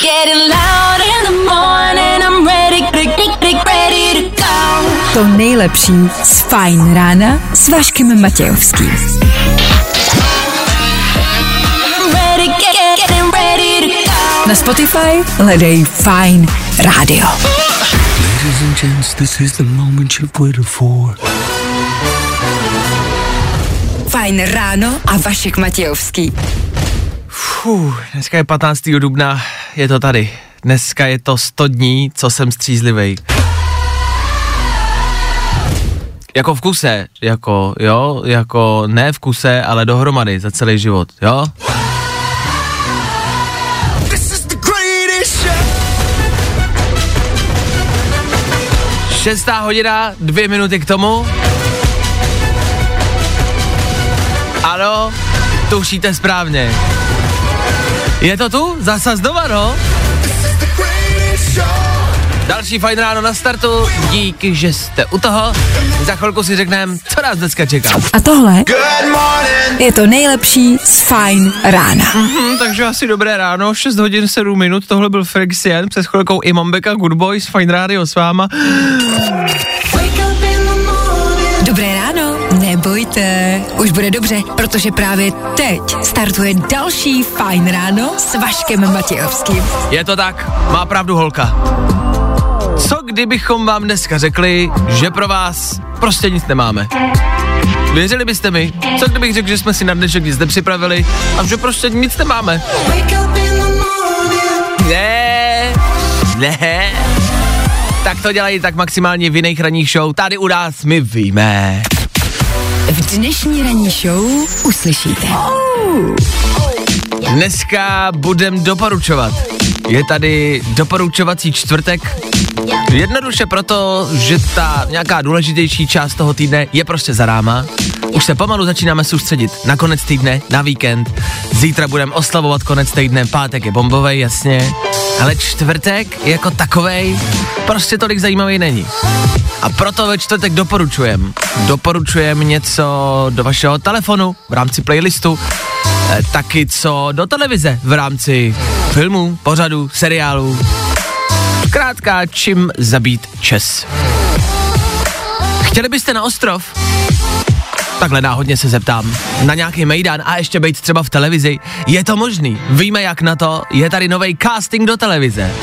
To nejlepší z Fajn rána s Vaškem Matějovským. Na Spotify hledej Fajn rádio. Ladies and gents, this is the moment you've waited for. Fajn ráno a Vašek Matějovský. Dneska je 15. dubna, je to tady. Dneska je to 100 dní, co jsem střízlivej. Jako v kuse, jako ne v kuse, ale dohromady za celý život, jo? Šestá hodina, 2 minuty k tomu. Ano, tušíte správně. Je to tu? Zasa znova, no? Další Fajn ráno na startu, díky, že jste u toho. Za chvilku si řekneme, co nás dneska čeká. A tohle je to nejlepší z Fajn rána. Takže asi dobré ráno, 6 hodin 7 minut, tohle byl Frexian, přes chvilkou i Mombeka, Good Boys, Fajn rádio s váma. Dobré ráno, nebojte, už bude dobře, protože právě teď startuje další Fajn ráno s Vaškem Matějovským. Je to tak, má pravdu holka. Co kdybychom vám dneska řekli, že pro vás prostě nic nemáme? Věřili byste mi? Co kdybych řekl, že jsme si na dnešek nic nepřipravili a že prostě nic nemáme? Ne. Tak to dělají tak maximálně v jiných ranních show. Tady u nás my víme. V dnešní ranní show uslyšíte. Dneska budem doporučovat. Je tady doporučovací čtvrtek. Jednoduše proto, že ta nějaká důležitější část toho týdne je prostě za náma. Už se pomalu začínáme soustředit na konec týdne, na víkend. Zítra budeme oslavovat konec týdne, pátek je bombovej, jasně. Ale čtvrtek jako takovej prostě tolik zajímavý není. A proto ve čtvrtek doporučujem něco do vašeho telefonu v rámci playlistu, taky co do televize v rámci filmů, pořadů, seriálů. Zkrátka, čím zabít čas. Chtěli byste na ostrov? Takhle náhodně se zeptám. Na nějaký mejdan a ještě být třeba v televizi? Je to možný? Víme jak na to? Je tady novej casting do televize.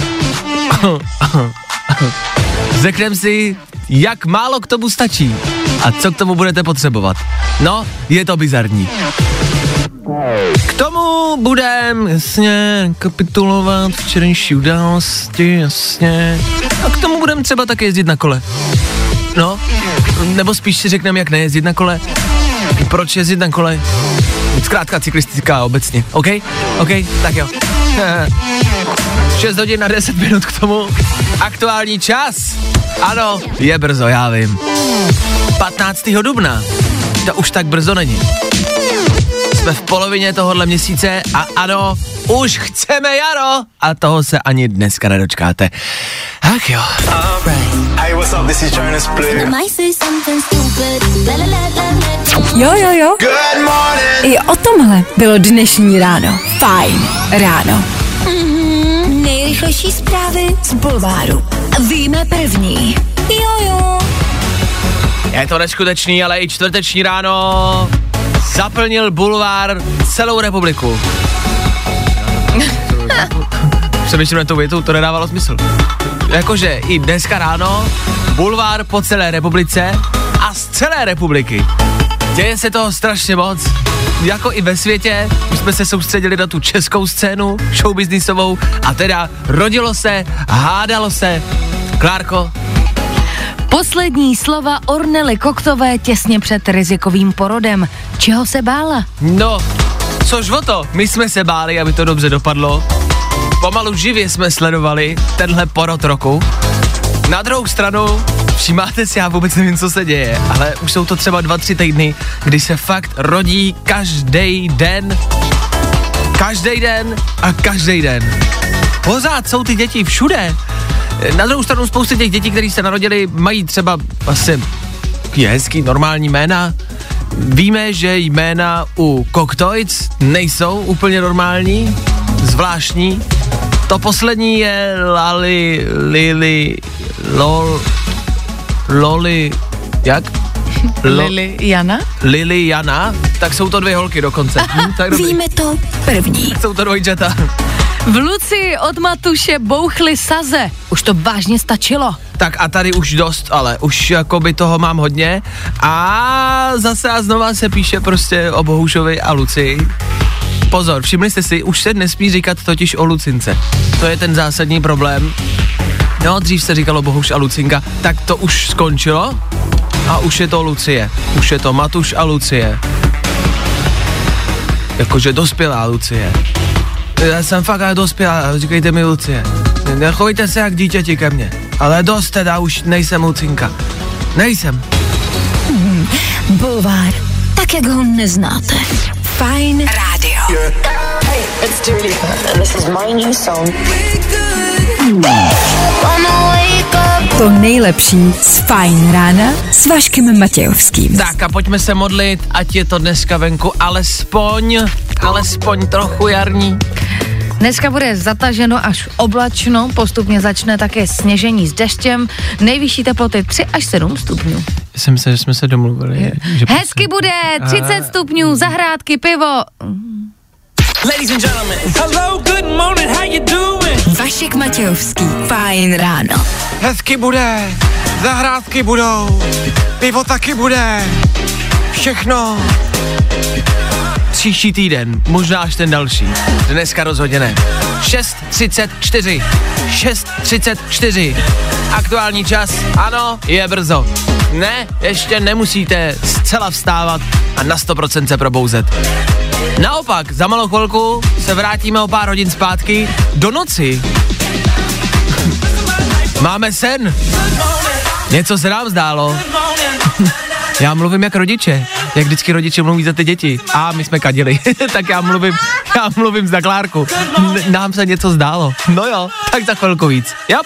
Řekneme si, jak málo k tomu stačí a co k tomu budete potřebovat. No, je to bizarní. K tomu budem, jasně, kapitulovat včerejší události, jasně. A k tomu budem třeba tak jezdit na kole. No, nebo spíš si řekneme, jak nejezdit na kole. Proč jezdit na kole? Zkrátka cyklistická obecně, OK, tak jo. 6 hodin na 10 minut k tomu. Aktuální čas. Ano, je brzo, já vím. 15. dubna. To už tak brzo není. Jsme v polovině tohohle měsíce a ano, už chceme jaro a toho se ani dneska nedočkáte. Ach jo. Hey, what's up? This is Jonas Blue. Jo. Good morning. I o tomhle bylo dnešní ráno. Fajn ráno. Nejrychlejší zprávy z bulváru. Víme první. Jo. Je to neskutečný, ale i čtvrteční ráno zaplnil bulvár celou republiku. Přemýšlím na tou větu, to nedávalo smysl. Jakože i dneska ráno bulvár po celé republice a z celé republiky. Děje se toho strašně moc. Jako i ve světě, my jsme se soustředili na tu českou scénu, showbiznisovou a teda rodilo se, hádalo se. Klárko? Poslední slova Ornely Koktové těsně před rizikovým porodem. Čeho se bála? No, což o to, my jsme se báli, aby to dobře dopadlo. Pomalu živě jsme sledovali tenhle porod roku. Na druhou stranu, všimáte si, já vůbec nevím, co se děje, ale už jsou to třeba 2-3 týdny, kdy se fakt rodí každý den a každý den. Pořád jsou ty děti všude. Na druhou stranu spousty těch dětí, které se narodily, mají třeba asi hezký normální jména. Víme, že jména u Koktoic nejsou úplně normální, zvláštní. To poslední je Lily Jana, tak jsou to 2 holky dokonce. Tak Víme to první. Jsou to dvojčata. V Lucii od Matuše bouchly saze. Už to vážně stačilo. Tak a tady už dost, ale už jakoby toho mám hodně. A zase a znova se píše prostě o Bohušovi a Lucii. Pozor, všimli jste si, už se nesmí říkat totiž o Lucince. To je ten zásadní problém. No, dřív se říkalo Bohuš a Lucinka, tak to už skončilo a už je to Lucie. Už je to Matuš a Lucie. Jakože dospělá Lucie. Já jsem fakt ale dospělá, říkejte mi Lucie. Nechovejte se jak dítěti ke mně. Ale dost teda, už nejsem Lucinka. Nejsem. Bulvár, tak jak ho neznáte. Fajn rádio. Hey, it's Dua Lipa and this is my new song. To nejlepší z Fajn rána s Vaškem Matějovským. Tak a pojďme se modlit, ať je to dneska venku alespoň trochu jarní. Dneska bude zataženo až oblačno, postupně začne také sněžení s deštěm, nejvyšší teploty 3 až 7 stupňů. Jsem myslel, že jsme se domluvili. Hezky bude, 30 stupňů, zahrádky, pivo. Ladies and gentlemen, hello, good morning, how you doing? Vašek Matějovský, Fajn ráno. Hezky bude, zahrádky budou, pivo taky bude, všechno. Příští týden, možná až ten další. Dneska rozhodně ne. 6:34. Aktuální čas, ano, je brzo. Ne, ještě nemusíte zcela vstávat a na 100% se probouzet. Naopak, za malou chvilku se vrátíme o pár hodin zpátky do noci. Máme sen. Něco se nám zdálo. Já mluvím jak rodiče, jak vždycky rodiče mluví za ty děti. A my jsme kadili, tak já mluvím za Klárku. Nám se něco zdálo. No jo, tak za chvilku víc. Yep.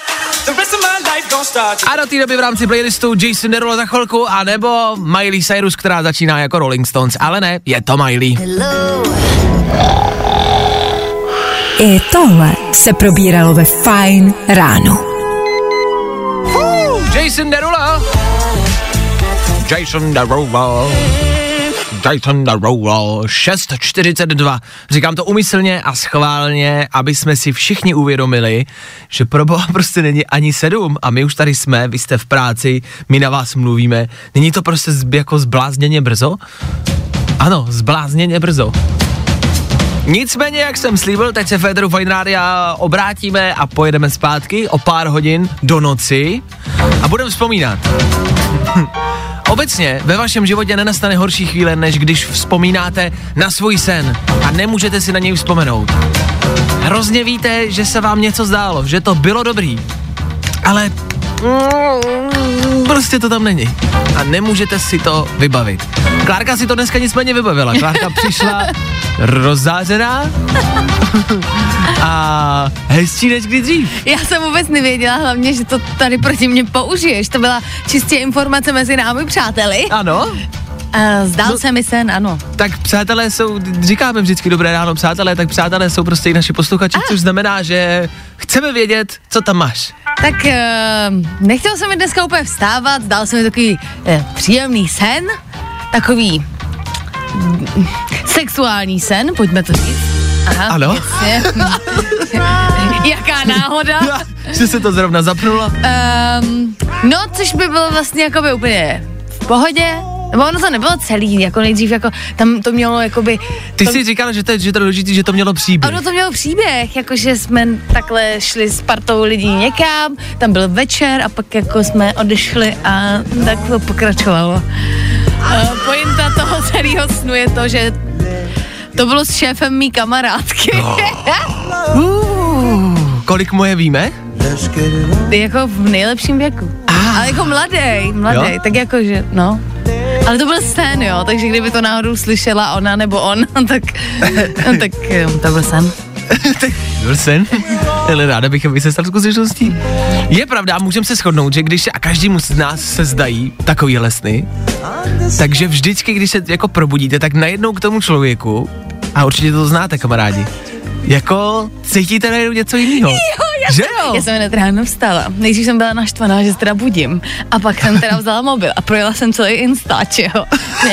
A do té doby v rámci playlistu Jason Derulo za chvilku, anebo Miley Cyrus, která začíná jako Rolling Stones. Ale ne, je to Miley. I tohle se probíralo ve Fajn ráno. Jason Derulo. Jason Derulo. 6:42. Říkám to úmyslně a schválně, aby jsme si všichni uvědomili, že pro Boha prostě není ani 7 a my už tady jsme, vy jste v práci, my na vás mluvíme. Není to prostě jako zblázněně brzo? Ano, zblázněně brzo. Nicméně, jak jsem slíbil, teď se v éteru Fajn rádia obrátíme a pojedeme zpátky o pár hodin do noci a budeme vzpomínat. Obecně ve vašem životě nenastane horší chvíle, než když vzpomínáte na svůj sen a nemůžete si na něj vzpomenout. Hrozně víte, že se vám něco zdálo, že to bylo dobrý, ale prostě to tam není a nemůžete si to vybavit. Klárka si to dneska nicméně vybavila. Klárka přišla rozzářená a hezčí než kdy dřív. Já jsem vůbec nevěděla, hlavně, že to tady proti mě použiješ. To byla čistě informace mezi námi přáteli. Ano. Zdál se mi sen, ano. Tak přátelé jsou, říkáme vždycky dobré ráno přátelé, tak přátelé jsou prostě i naši posluchači, což znamená, že chceme vědět, co tam máš. Tak nechtěl jsem mi dneska úplně vstávat, zdál se mi takový příjemný sen, takový sexuální sen, pojďme to říct. Aha, ano. Jasně. Jaká náhoda. Že se to zrovna zapnulo. No, což by bylo vlastně jakoby úplně v pohodě. Nebo ono to nebylo celý, jako nejdřív, jako tam to mělo jakoby... Ty jsi říkala, že to je důležitý, že to mělo příběh. Ono to mělo příběh, jakože jsme takhle šli s partou lidí někam, tam byl večer a pak jako jsme odešli a tak to pokračovalo. Pointa toho celého snu je to, že to bylo s šéfem mý kamarádky. Kolik mu je, víme? Jako v nejlepším věku. Ale jako mladý, tak jakože, no. Ale to byl sen, jo, takže kdyby to náhodou slyšela ona nebo on, tak to byl sen. Byl sen? Ale ráda bych, aby se stal skutečností. Je pravda, můžeme se shodnout, že když a každému z nás se zdají takovýhle sny, takže vždycky, když se jako probudíte, tak najednou k tomu člověku, a určitě to znáte, kamarádi, jako cítíte najednou něco jiného. Že jo? Já jsem hned ráno vstala. Nejdřív jsem byla naštvaná, že se teda budím. A pak jsem teda vzala mobil a projela jsem celý Instač, jo.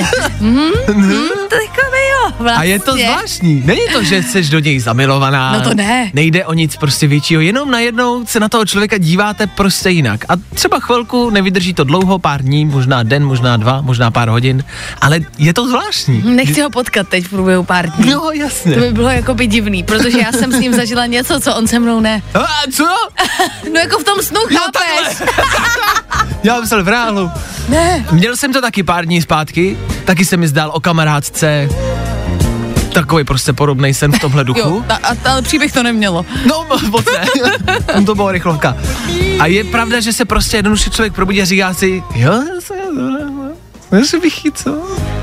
Takový jo, vlastně. A je to zvláštní. Není to, že jsi do něj zamilovaná. No to ne. Nejde o nic prostě většího, jenom najednou se na toho člověka díváte prostě jinak. A třeba chvilku, nevydrží to dlouho, pár dní, možná den, možná 2, možná pár hodin, ale je to zvláštní. Nechci ho potkat teď v průběhu pár dní. No jasně. To by bylo jakoby divný, protože já jsem s ním zažila něco, co on se mnou ne. A co? No jako v tom snu, chápeš? Já myslel v reálu. Ne. Měl jsem to taky pár dní zpátky, taky se mi zdál o kamarádce. Takový prostě podobnej sen v tomhle duchu. Jo, ale příběh to nemělo. No, moc ne. Tam to bylo rychlovka. A je pravda, že se prostě jednoduše člověk probudí a říká si, jo, já bych co?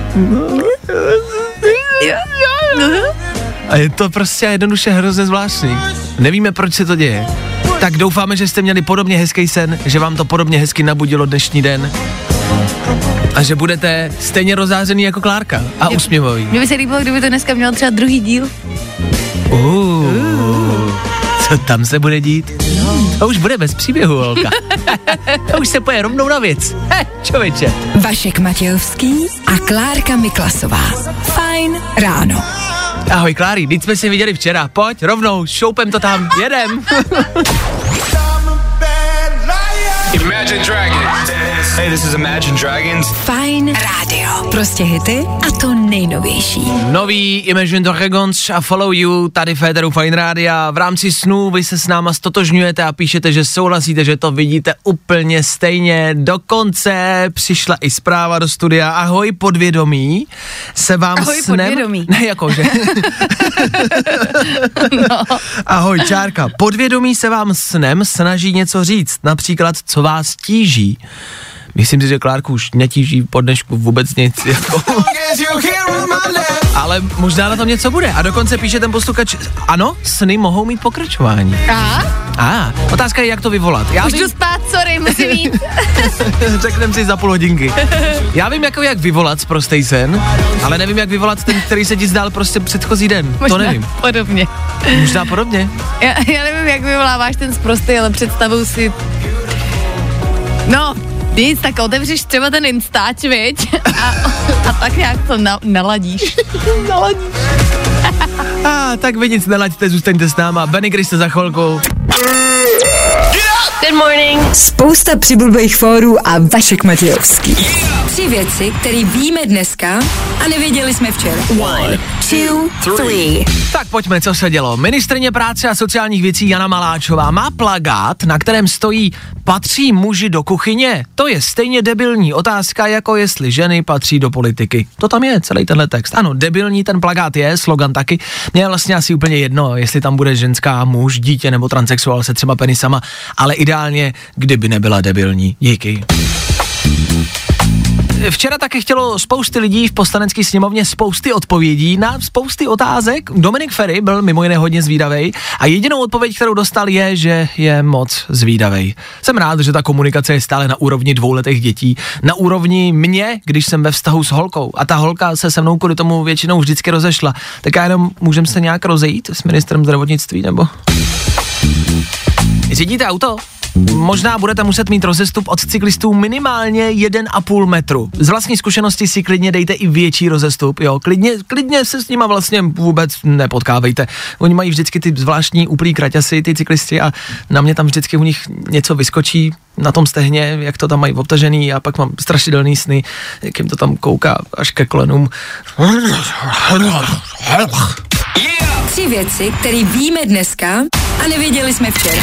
A je to prostě jednoduše hrozně zvláštní. Nevíme, proč se to děje. Tak doufáme, že jste měli podobně hezký sen, že vám to podobně hezky nabudilo dnešní den. A že budete stejně rozářený jako Klárka a usměvavý. Mně by se líbilo, kdyby to dneska mělo třeba druhý díl. Co tam se bude dít? To už bude bez příběhu, holka. To už se poje rovnou na věc. Člověče. Vašek Matějovský a Klárka Miklasová. Fajn ráno. Ahoj Klári, teď jsme si viděli včera. Pojď, rovnou, šoupem to tam, jedem. Imagine Dragons. Hey, this is Imagine Dragons. Fajn rádio. Prostě hity a to nejnovější. Nový Imagine Dragons a Follow You tady v éteru Fajn rádia. V rámci snů vy se s náma stotožňujete a píšete, že souhlasíte, že to vidíte úplně stejně. Dokonce přišla i zpráva do studia. Ahoj podvědomí, se vám ahoj, snem... podvědomí. Ne, jakože. No. Ahoj Čárka, podvědomí se vám snem snaží něco říct, například co vás tíží. Myslím si, že Klárku už netíží po dnešku vůbec nic. Jako. Ale možná na tom něco bude. A dokonce píše ten posluchač, ano, sny mohou mít pokračování. Otázka je, jak to vyvolat. Už jdu spát, sorry, musím jít. Řekneme si za půl hodinky. Já vím, jak vyvolat sprostej sen, ale nevím, jak vyvolat ten, který se ti zdál prostě předchozí den. Možná to nevím. Podobně. Možná podobně. Já nevím, jak vyvoláváš ten sprostej, ale představuju si... No, nic, tak otevřeš třeba ten Instač, viď? A tak nějak to naladíš. Tak vy nic nelaďte, zůstaňte s náma. Benny Kriste za chvilku. Good morning. Spousta přibulbých fórů a Vašek Matějovský. 3 věci, které víme dneska a nevěděli jsme včera. 1, 2, 3. Tak pojďme, co se dělo. Ministryně práce a sociálních věcí Jana Maláčová má plakát, na kterém stojí patří muži do kuchyně. To je stejně debilní otázka, jako jestli ženy patří do politiky. To tam je, celý tenhle text. Ano, debilní ten plakát je, slogan taky. Mně je vlastně asi úplně jedno, jestli tam bude ženská, muž, dítě nebo transsexuál se třeba penisama, ale ideálně, kdyby nebyla debilní. Díky. Včera taky chtělo spousty lidí v Poslanecké sněmovně spousty odpovědí na spousty otázek. Dominik Feri byl mimo jiné hodně zvídavej a jedinou odpověď, kterou dostal, je, že je moc zvídavej. Jsem rád, že ta komunikace je stále na úrovni 2letých dětí. Na úrovni mě, když jsem ve vztahu s holkou a ta holka se mnou kvůli tomu většinou vždycky rozešla. Tak já jenom můžeme se nějak rozejít s ministrem zdravotnictví, nebo... Řídíte auto? Možná budete muset mít rozestup od cyklistů minimálně 1,5 metru. Z vlastní zkušenosti si klidně dejte i větší rozestup, jo, klidně se s nima vlastně vůbec nepotkávejte. Oni mají vždycky ty zvláštní úplný kraťasy, ty cyklisti, a na mě tam vždycky u nich něco vyskočí na tom stehně, jak to tam mají obtažený, a pak mám strašidelný sny, jak jim to tam kouká až ke kolenům. 3 věci, které víme dneska a nevěděli jsme včera.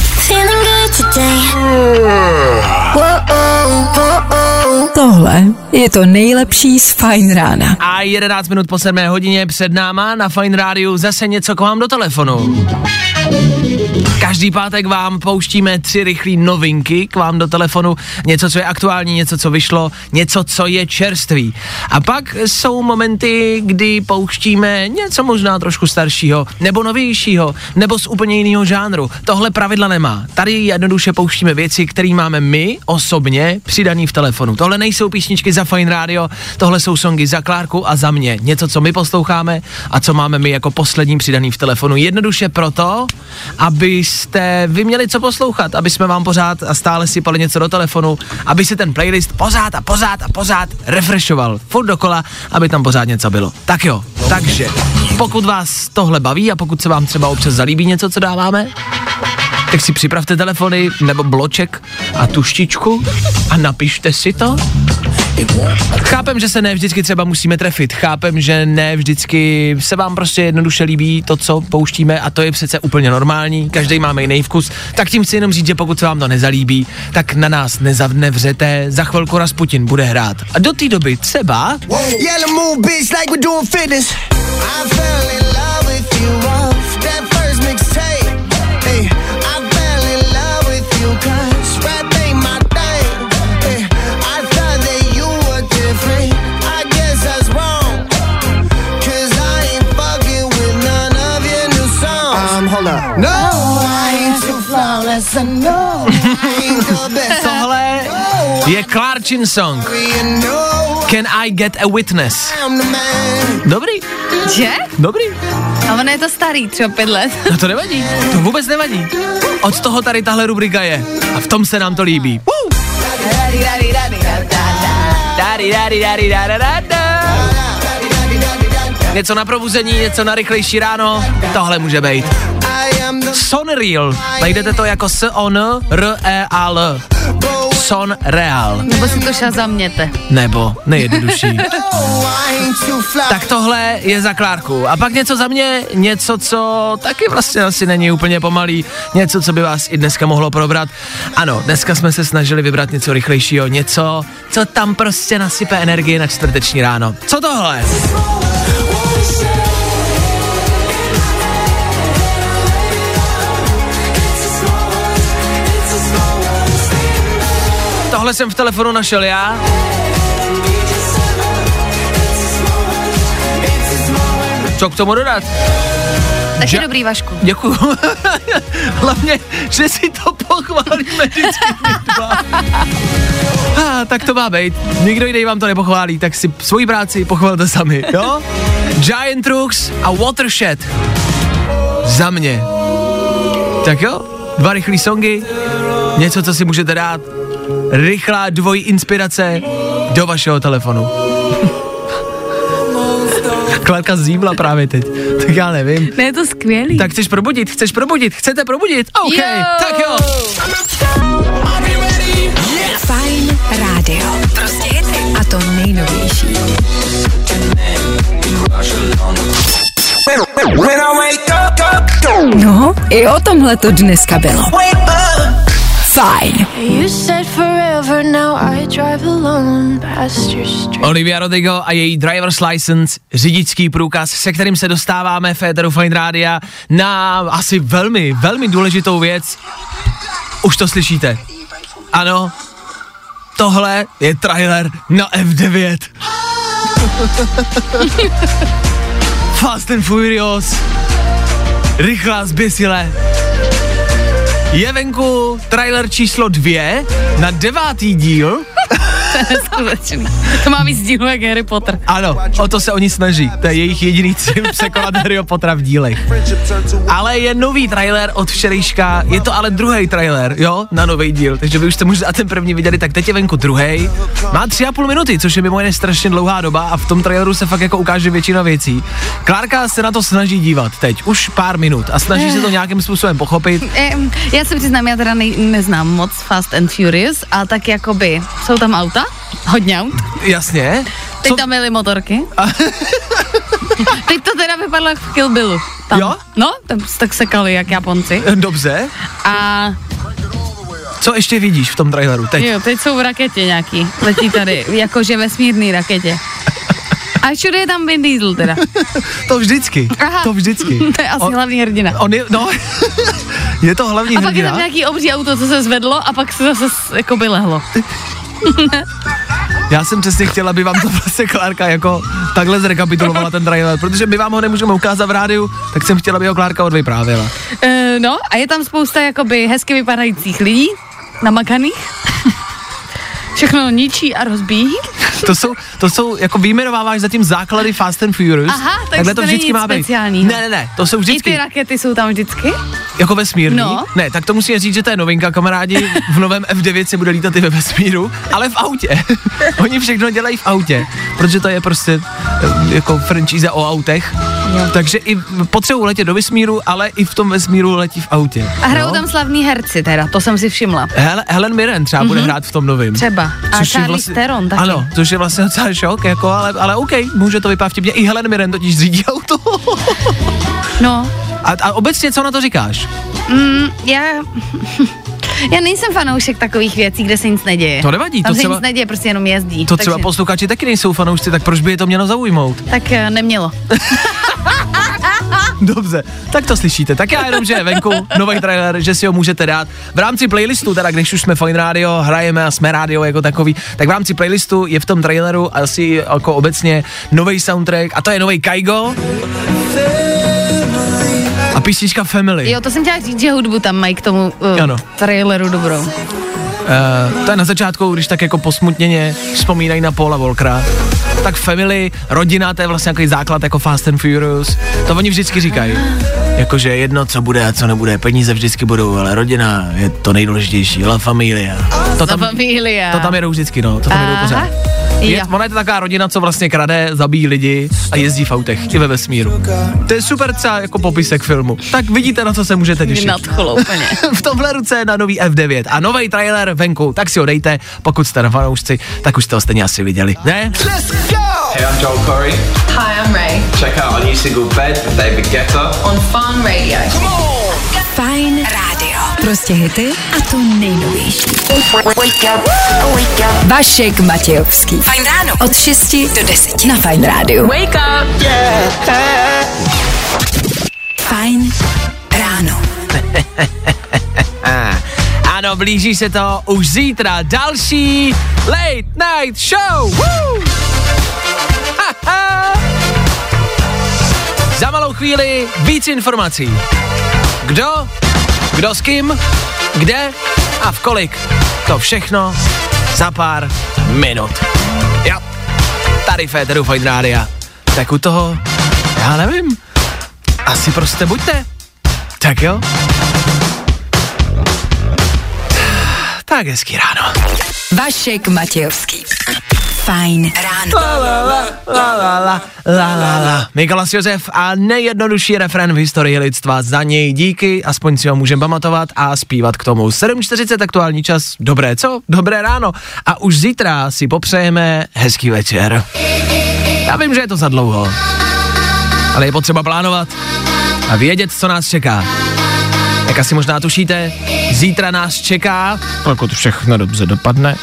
Tohle je to nejlepší z Fajn rána. A 11 minut po 7 hodině před náma na Fajn rádiu zase něco k vám do telefonu. Každý pátek vám pouštíme 3 rychlé novinky k vám do telefonu, něco, co je aktuální, něco, co vyšlo, něco, co je čerstvý. A pak jsou momenty, kdy pouštíme něco možná trošku staršího, nebo novějšího, nebo z úplně jiného žánru. Tohle pravidla nemá. Tady jednoduše pouštíme věci, které máme my osobně přidaný v telefonu. Tohle nejsou písničky za Fajn rádio, tohle jsou songy za Klárku a za mě. Něco, co my posloucháme a co máme my jako poslední přidaný v telefonu. Jednoduše proto, abyste vy měli co poslouchat, aby jsme vám pořád a stále sypali něco do telefonu, aby si ten playlist pořád refreshoval furt dokola, aby tam pořád něco bylo. Tak jo, takže pokud vás tohle baví a pokud se vám třeba občas zalíbí něco, co dáváme, tak si připravte telefony nebo bloček a tuštičku a napište si to. Chápem, že se ne vždycky třeba musíme trefit, chápem, že ne vždycky se vám prostě jednoduše líbí to, co pouštíme a to je přece úplně normální, každý máme jiný vkus, tak tím chci jenom říct, že pokud se vám to nezalíbí, tak na nás nevřete, za chvilku Rasputin bude hrát. A do té doby třeba... Tohle je Klárčin song. Can I get a witness? Dobrý. Že? Dobrý. A ono je to starý, třeba 5 let. No to nevadí, to vůbec nevadí. Od toho tady tahle rubrika je a v tom se nám to líbí. Něco na probuzení, něco na rychlejší ráno, tohle může být. Sonreal, najdete to jako S-O-N-R-E-A-L. Sonreal. Nebo si to šazaměte. Nebo nejjednodušší. Tak tohle je za Klárku. A pak něco za mě, něco, co taky vlastně asi není úplně pomalý, něco, co by vás i dneska mohlo probrat. Ano, dneska jsme se snažili vybrat něco rychlejšího, něco, co tam prostě nasype energii na čtvrteční ráno. Co tohle? Tohle jsem v telefonu našel já. Co k tomu dodat? Tak je dobrý, Vašku. Děkuju. Hlavně, že si to pochválíme vždycky dva. Tak to má být. Nikdo jiný vám to nepochválí, tak si svoji práci pochvalte sami, jo? Giant Rooks a Watershed. Za mě. Tak jo, 2 rychlý songy, něco, co si můžete dát. Rychlá inspirace do vašeho telefonu. Klárka zíbla právě teď, tak já nevím. Ne, je to skvělý. Tak chceš probudit, chcete probudit? OK, jo. Tak jo. Fajn rádio. Prostě hity. A to nejnovější. No, i o tomhle to dneska bylo. Fajn. Olivia Rodrigo a její driver's license, řidičský průkaz, se kterým se dostáváme v éteru Fajn rádia na asi velmi, velmi důležitou věc. Už to slyšíte. Ano, tohle je trailer na F9. Fast and Furious. Rychlá zběsile. Je venku trailer číslo 2 na 9. díl. To je neskutečné. To má víc dílů jak Harry Potter. Ano, o to se oni snaží. To je jejich jediný cíl, překonat Harryho Pottera v dílech. Ale je nový trailer od včerejška, je to ale druhý trailer, jo, na nový díl. Takže vy už jste možná ten první viděli, tak teď je venku druhý. Má 3,5 minuty, což je mimo jiné strašně dlouhá doba a v tom traileru se fakt jako ukáže většina věcí. Klárka se na to snaží dívat teď, už pár minut a snaží se to nějakým způsobem pochopit. Já se přiznám, já teda neznám moc Fast and Furious, ale tak jakoby, jsou tam auta? Hodně aut. Jasně. Teď tam byly motorky. Teď to teda vypadlo jak v Kill Billu. Tam. Jo? No, tam tak sekali jak Japonci. Dobře. A... Co ještě vidíš v tom traileru teď? Jo, teď jsou v raketě nějaký. Letí tady, jakože vesmírný raketě. A všude je tam Vin Diesel teda. To vždycky. Aha. To vždycky. To je asi hlavní hrdina. On je, no, Je to hlavní A pak je hrdina. tam nějaký obří auto, co se zvedlo a pak se zase jakoby lehlo. Já jsem přesně chtěla, aby vám to vlastně Klárka jako takhle zrekapitulovala ten trailer, protože my vám ho nemůžeme ukázat v rádiu, tak jsem chtěla, aby ho Klárka odvyprávěla. No a je tam spousta jakoby hezky vypadajících lidí, namakaných. Všechno ničí a rozbíjí. To jsou jako vyjmenováváš zatím základy Fast and Furious. Aha, tak takhle to není nic speciálního. Ne, to jsou I vždycky. ty rakety jsou tam vždycky? Jako vesmírný? No. Ne, tak to musím říct, že to je novinka, kamarádi. V novém F9 se bude lítat i ve vesmíru, ale v autě. Oni všechno dělají v autě, protože to je prostě jako franchise o autech. Jo. Takže i potřebují letět do vesmíru, ale i v tom vesmíru letí v autě. A hrajou tam slavní herci teda, to jsem si všimla. Helen Mirren třeba bude hrát v tom novém. Třeba. A Charlize Theron taky. Ano, což je vlastně docela šok, jako, ale OK, může to vypadat vtipně. I Helen Mirren totiž řídí auto. No. A obecně, co na to říkáš? Já nejsem fanoušek takových věcí, kde se nic neděje. To nevadí, Tam to se třeba- nic neděje, prostě jenom jezdí. To třeba posluchači taky nejsou fanoušci, tak proč by je to mělo zaujmout? Tak nemělo. Dobře, tak to slyšíte. Tak já jenom, že je venku nový trailer, že si ho můžete dát. V rámci playlistu, teda když už jsme Fine Radio, hrajeme a jsme rádio jako takový, tak v rámci playlistu je v tom traileru asi jako obecně nový soundtrack a to je nový Kaigo a písnička Family. Jo, to jsem chtěla říct, že hudbu tam mají k tomu Ano. traileru dobrou. To je na začátku, když tak jako posmutněně vzpomínají na Paula Walkera. Tak Family, rodina, to je vlastně nějaký základ jako Fast and Furious. To oni vždycky říkají. Jakože jedno, co bude a co nebude, peníze vždycky budou, ale rodina je to nejdůležitější, la familia. To tam jedou vždycky, no, to tam jedou pořád. Ona je to taková rodina, co vlastně krade, zabíjí lidi a jezdí v autech i ve vesmíru. To je super třeba jako popisek filmu. Tak vidíte, na co se můžete těšit. Nadchlo úplně. V tomhle ruce na nový F9 a nový trailer venku, tak si ho dejte, pokud jste na fanoušci, tak už jste ho stejně asi viděli, ne? Hey, I'm Joel Corey. Hi, I'm Ray. Check out our new single Bed with David Guetta. On Fun Radio. Fajn rádio. Prostě hity a to nejnovější. Vašek Matějovský. Fajn ráno. Od 6 do 10 na Fajn rádiu. Wake up. Fajn ráno. Ano, blíží se to už zítra další Late Night Show. Woo! Za malou chvíli víc informací. Kdo s kým, kde a v kolik. To všechno za pár minut. Jo, tady Féteru Fajn Rádia. Tak u toho, já nevím, asi prostě buďte. Tak jo. Tak hezký ráno. Vašek Matějovský. Fajn ráno. La. Mikolas Josef a nejjednodušší refrén v historii lidstva. Za něj díky, aspoň si ho můžeme pamatovat a zpívat k tomu. 7:40 aktuální čas. Dobré, co? Dobré ráno. A už zítra si popřejeme hezký večer. Já vím, že je to za dlouho, ale je potřeba plánovat a vědět, co nás čeká. Jak asi možná tušíte, zítra nás čeká, pokud všechno dobře dopadne,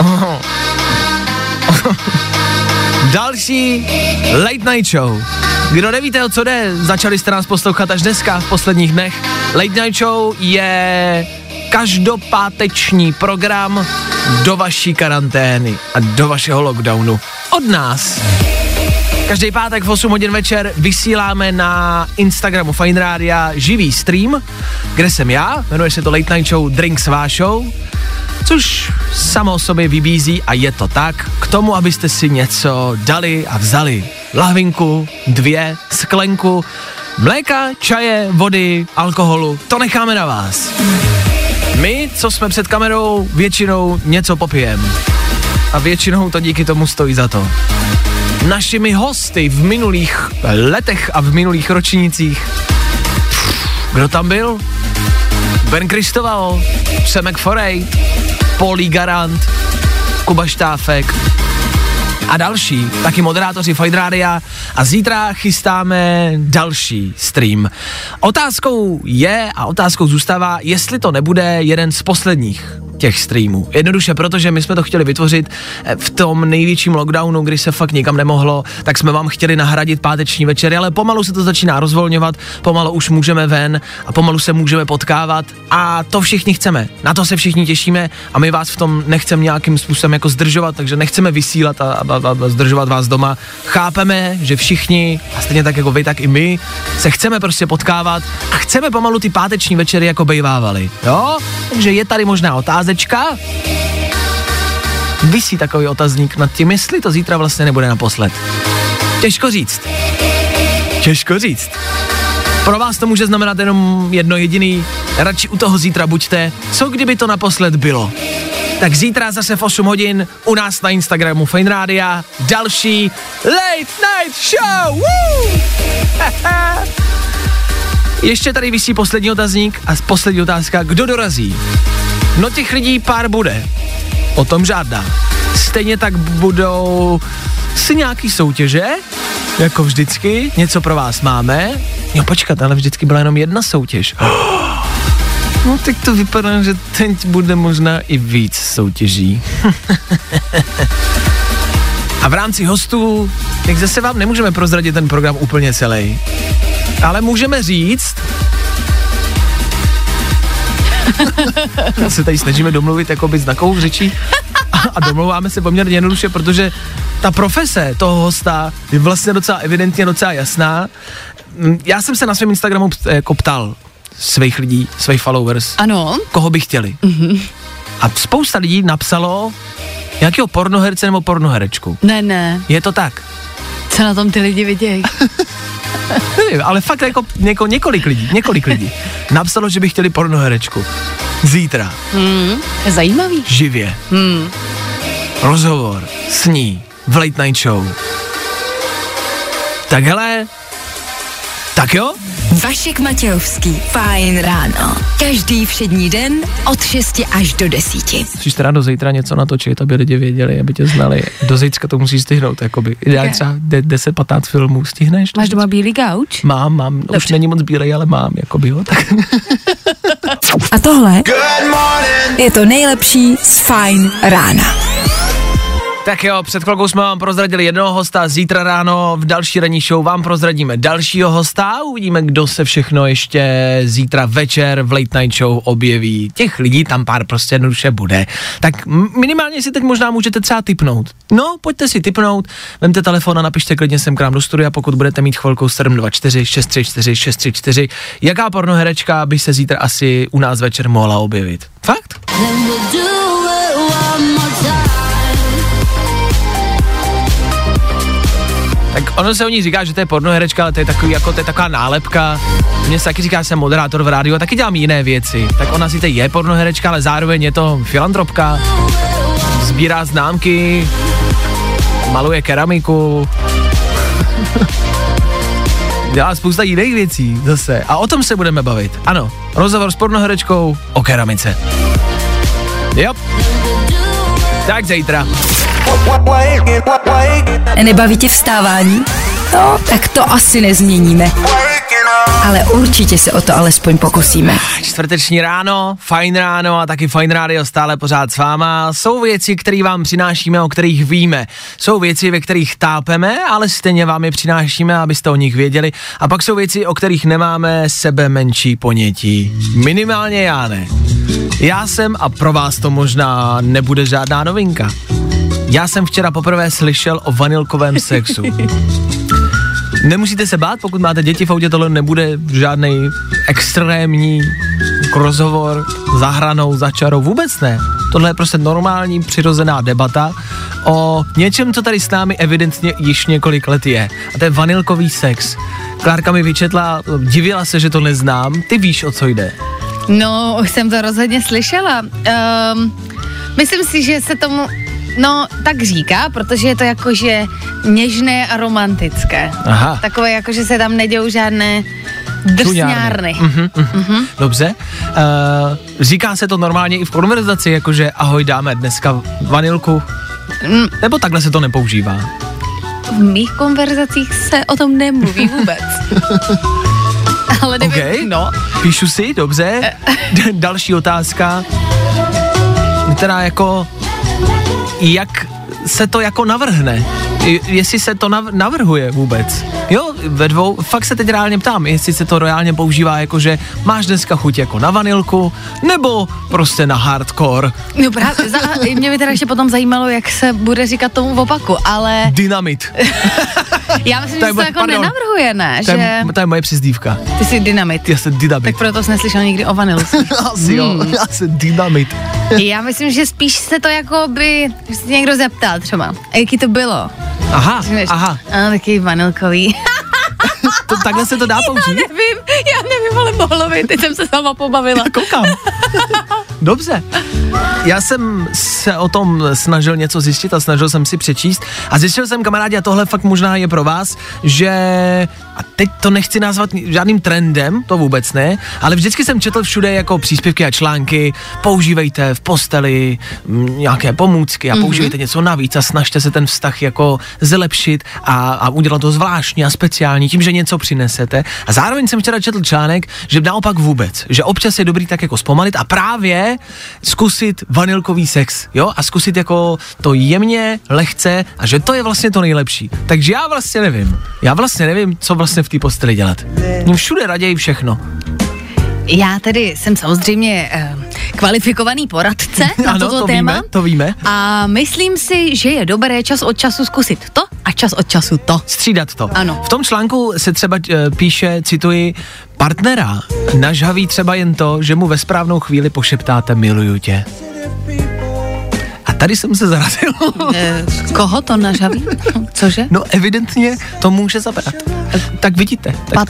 další Late Night Show. Kdo nevíte, o co jde, začali jste nás poslouchat až dneska v posledních dnech. Late Night Show je každopáteční program do vaší karantény a do vašeho lockdownu. Od nás. Každý pátek v 8 hodin večer vysíláme na Instagramu Fine Rádia živý stream, kde jsem já, jmenuje se to Late Night Show Drinks Vášou, což samo o sobě vybízí, a je to tak, k tomu, abyste si něco dali a vzali. Lahvinku, 2, sklenku, mléka, čaje, vody, alkoholu, to necháme na vás. My, co jsme před kamerou, většinou něco popijeme. A většinou to díky tomu stojí za to. Našimi hosty v minulých letech a v minulých ročnících. Kdo tam byl? Ben Kristoval, Semek Forej, Polí Garant, Kuba Štáfek a další, taky moderátoři Fajn Rádia, a zítra chystáme další stream. Otázkou je a otázkou zůstává, jestli to nebude jeden z posledních těch streamů. Jednoduše, protože my jsme to chtěli vytvořit v tom největším lockdownu, kdy se fakt nikam nemohlo, tak jsme vám chtěli nahradit páteční večery, ale pomalu se to začíná rozvolňovat, pomalu už můžeme ven a pomalu se můžeme potkávat a to všichni chceme. Na to se všichni těšíme a my vás v tom nechceme nějakým způsobem jako zdržovat, takže nechceme vysílat a zdržovat vás doma. Chápeme, že všichni, a stejně tak jako vy, tak i my, se chceme prostě potkávat a chceme pomalu ty páteční večery jako bejvávali, jo? Takže je tady možná otázečka. Visí takový otazník nad tím, jestli to zítra vlastně nebude naposled. Těžko říct. Pro vás to může znamenat jenom jedno jediný, radši u toho zítra buďte, co kdyby to naposled bylo. Tak zítra zase v 8 hodin u nás na Instagramu Fajn Rádia další Late Night Show! Woo! Ještě tady visí poslední otazník a poslední otázka, kdo dorazí? No těch lidí pár bude, o tom žádná. Stejně tak budou si nějaký soutěže, jako vždycky, něco pro vás máme. Jo, počkat, ale vždycky byla jenom jedna soutěž. No tak to vypadá, že teď bude možná i víc soutěží. A v rámci hostů, jak zase vám nemůžeme prozradit ten program úplně celý. Ale můžeme říct, se tady snažíme domluvit jakoby znakovou řečí a domlouváme se poměrně jednoduše, protože ta profese toho hosta je vlastně docela evidentně docela jasná. Já jsem se na svém Instagramu jako ptal svých lidí, svých followers, ano, koho by chtěli. Mm-hmm. A spousta lidí napsalo nějakého pornoherce nebo pornoherečku. Ne. Je to tak? Co na tom ty lidi vidějí? Ale fakt jako několik lidí napsalo, že by chtěli pornoherečku. Zítra. Zajímavý. Živě. Rozhovor s ní v Late Night Show. Tak hele, tak jo? Vašek Matějovský, Fajn ráno. Každý všední den od 6 až do 10. Musíš teda do zítra něco natočit, aby lidi věděli, aby tě znali. Do zítřka to musíš stihnout, jakoby. Ideálně třeba 10-15 filmů stihneš. Máš doma bílý gauč? Mám. Už není moc bílej, ale mám, jakoby, jo. Tak. A tohle je to nejlepší z Fajn rána. Tak jo, před chvilkou jsme vám prozradili jednoho hosta, zítra ráno v další ranní show vám prozradíme dalšího hosta, uvidíme, kdo se všechno ještě zítra večer v Late Night Show objeví. Těch lidí tam pár prostě jednoduše bude. Tak minimálně si teď možná můžete třeba tipnout. No, pojďte si tipnout, vemte telefon a napište klidně sem k nám do studia, pokud budete mít chvilkou 724 634 634. Jaká pornoherečka by se zítra asi u nás večer mohla objevit? Fakt? Tak ono se o ní říká, že to je pornoherečka, ale to je takový, jako to je taková nálepka. Mně se taky říká, že jsem moderátor v rádiu a taky dělám jiné věci. Tak ona sice je pornoherečka, ale zároveň je to filantropka, sbírá známky, maluje keramiku, dělá spousta jiných věcí zase. A o tom se budeme bavit. Ano, rozhovor s pornoherečkou o keramice. Jo. Tak zítra. Nebaví tě vstávání? No, tak to asi nezměníme. Ale určitě se o to alespoň pokusíme. Čtvrteční ráno, Fajn ráno a taky Fajn rádio stále pořád s váma. Jsou věci, které vám přinášíme, o kterých víme. Jsou věci, ve kterých tápeme, ale stejně vám je přinášíme, abyste o nich věděli. A pak jsou věci, o kterých nemáme sebe menší ponětí. Minimálně já ne. Já jsem, a pro vás to možná nebude žádná novinka, já jsem včera poprvé slyšel o vanilkovém sexu. Nemusíte se bát, pokud máte děti v autě, tohle nebude žádný extrémní rozhovor za hranou, za čarou, vůbec ne. Tohle je prostě normální, přirozená debata o něčem, co tady s námi evidentně již několik let je. A to je vanilkový sex. Klárka mi vyčetla, divila se, že to neznám. Ty víš, o co jde? No, už jsem to rozhodně slyšela. Myslím si, že se tomu tak říká, protože je to jakože něžné a romantické. Aha. Takové jako, že se tam nedějou žádné drsňárny. Dobře. Říká se to normálně i v konverzaci, jakože ahoj, dáme dneska vanilku? Nebo takhle se to nepoužívá? V mých konverzacích se o tom nemluví vůbec. Ale nevím, Píšu si, dobře. Další otázka. teda jako, jak se to jako navrhne, jestli se to navrhuje vůbec. Jo, ve dvou, fakt se teď reálně ptám, jestli se to reálně používá jako, že máš dneska chuť jako na vanilku, nebo prostě na hardcore. No právě, mě by teda ještě potom zajímalo, jak se bude říkat tomu opaku, ale... Dynamit. Já myslím, že se to jako nenavrhuje, ne? To je moje přezdívka. Ty jsi dynamit. Já jsem dynamit. Tak proto jsi neslyšel nikdy o vanilce. Asi jo, já jsem dynamit. Já myslím, že spíš se to jako by, že se někdo zeptal třeba, jaký to bylo. Aha. Ano, taky vanilkový. Takhle se to dá použít? Já nevím, ale mohlo být, teď jsem se sama pobavila. Koukám. Dobře. Já jsem se o tom snažil něco zjistit a snažil jsem si přečíst a zjistil jsem, kamarádi, a tohle fakt možná je pro vás, že, a teď to nechci nazvat žádným trendem, to vůbec ne, ale vždycky jsem četl všude jako příspěvky a články, používejte v posteli nějaké pomůcky a používejte něco navíc a snažte se ten vztah jako zlepšit a udělat to zvláštní a speciální tím, že něco přinesete. A zároveň jsem včera četl článek, že naopak vůbec, že občas je dobrý tak jako zpomalit a právě zkusit vanilkový sex, jo, a zkusit jako to jemně, lehce a že to je vlastně to nejlepší. Takže já vlastně nevím, co vlastně v té posteli dělat. Mně všude raději všechno. Já tedy jsem samozřejmě kvalifikovaný poradce na toto téma. To víme. A myslím si, že je dobré čas od času zkusit to a čas od času to. Střídat to. Ano. V tom článku se třeba píše, cituji, partnera nažhaví třeba jen to, že mu ve správnou chvíli pošeptáte miluju tě. A tady jsem se zarazil. Koho to nažhaví? Cože? No evidentně to může zabrat. Tak vidíte. Tak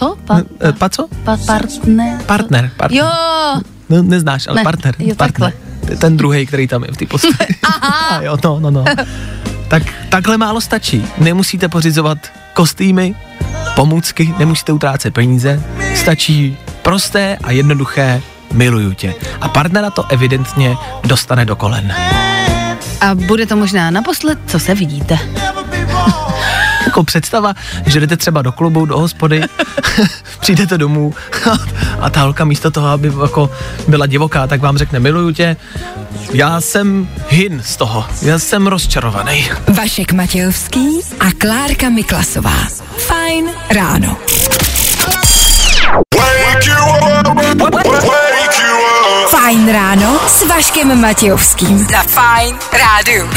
Partner. Jo. No, neznáš, ale ne. partner. Jo, partner. Ten druhej, který tam je v té posteli. Aha. Jo, no. Tak takhle málo stačí. Nemusíte pořizovat kostýmy, pomůcky, nemusíte utrácet peníze. Stačí prosté a jednoduché miluju tě. A partnera to evidentně dostane do kolen. A bude to možná naposled, co se vidíte. Jako představa, že jdete třeba do klubu, do hospody, přijdete domů a ta holka místo toho, aby jako byla divoká, tak vám řekne miluju tě. Já jsem hin z toho, já jsem rozčarovaný. Vašek Matějovský a Klárka Miklasová. Fajn ráno. Fajn ráno s Vaškem Matějovským. Za Fajn rádiu.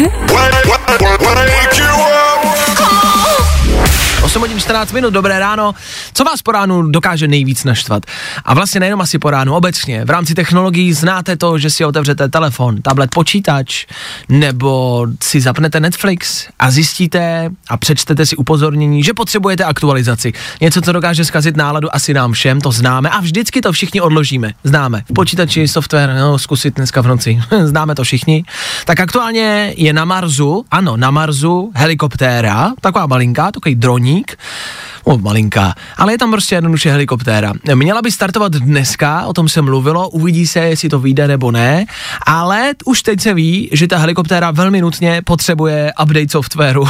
8:14, dobré ráno. Co vás po ránu dokáže nejvíc naštvat? A vlastně nejenom asi po ránu, obecně. V rámci technologií znáte to, že si otevřete telefon, tablet, počítač, nebo si zapnete Netflix a zjistíte a přečtete si upozornění, že potřebujete aktualizaci. Něco, co dokáže zkazit náladu, asi nám všem, to známe a vždycky to všichni odložíme. Známe. V počítači software, zkusit dneska v noci. Známe to všichni. Tak aktuálně je na Marsu, ano, na Marsu helikoptéra, taková malinká, takový droník, malinká, ale je tam prostě jednoduše helikoptéra. Měla by startovat dneska, o tom se mluvilo, uvidí se, jestli to vyjde nebo ne, ale už teď se ví, že ta helikoptéra velmi nutně potřebuje update softwaru.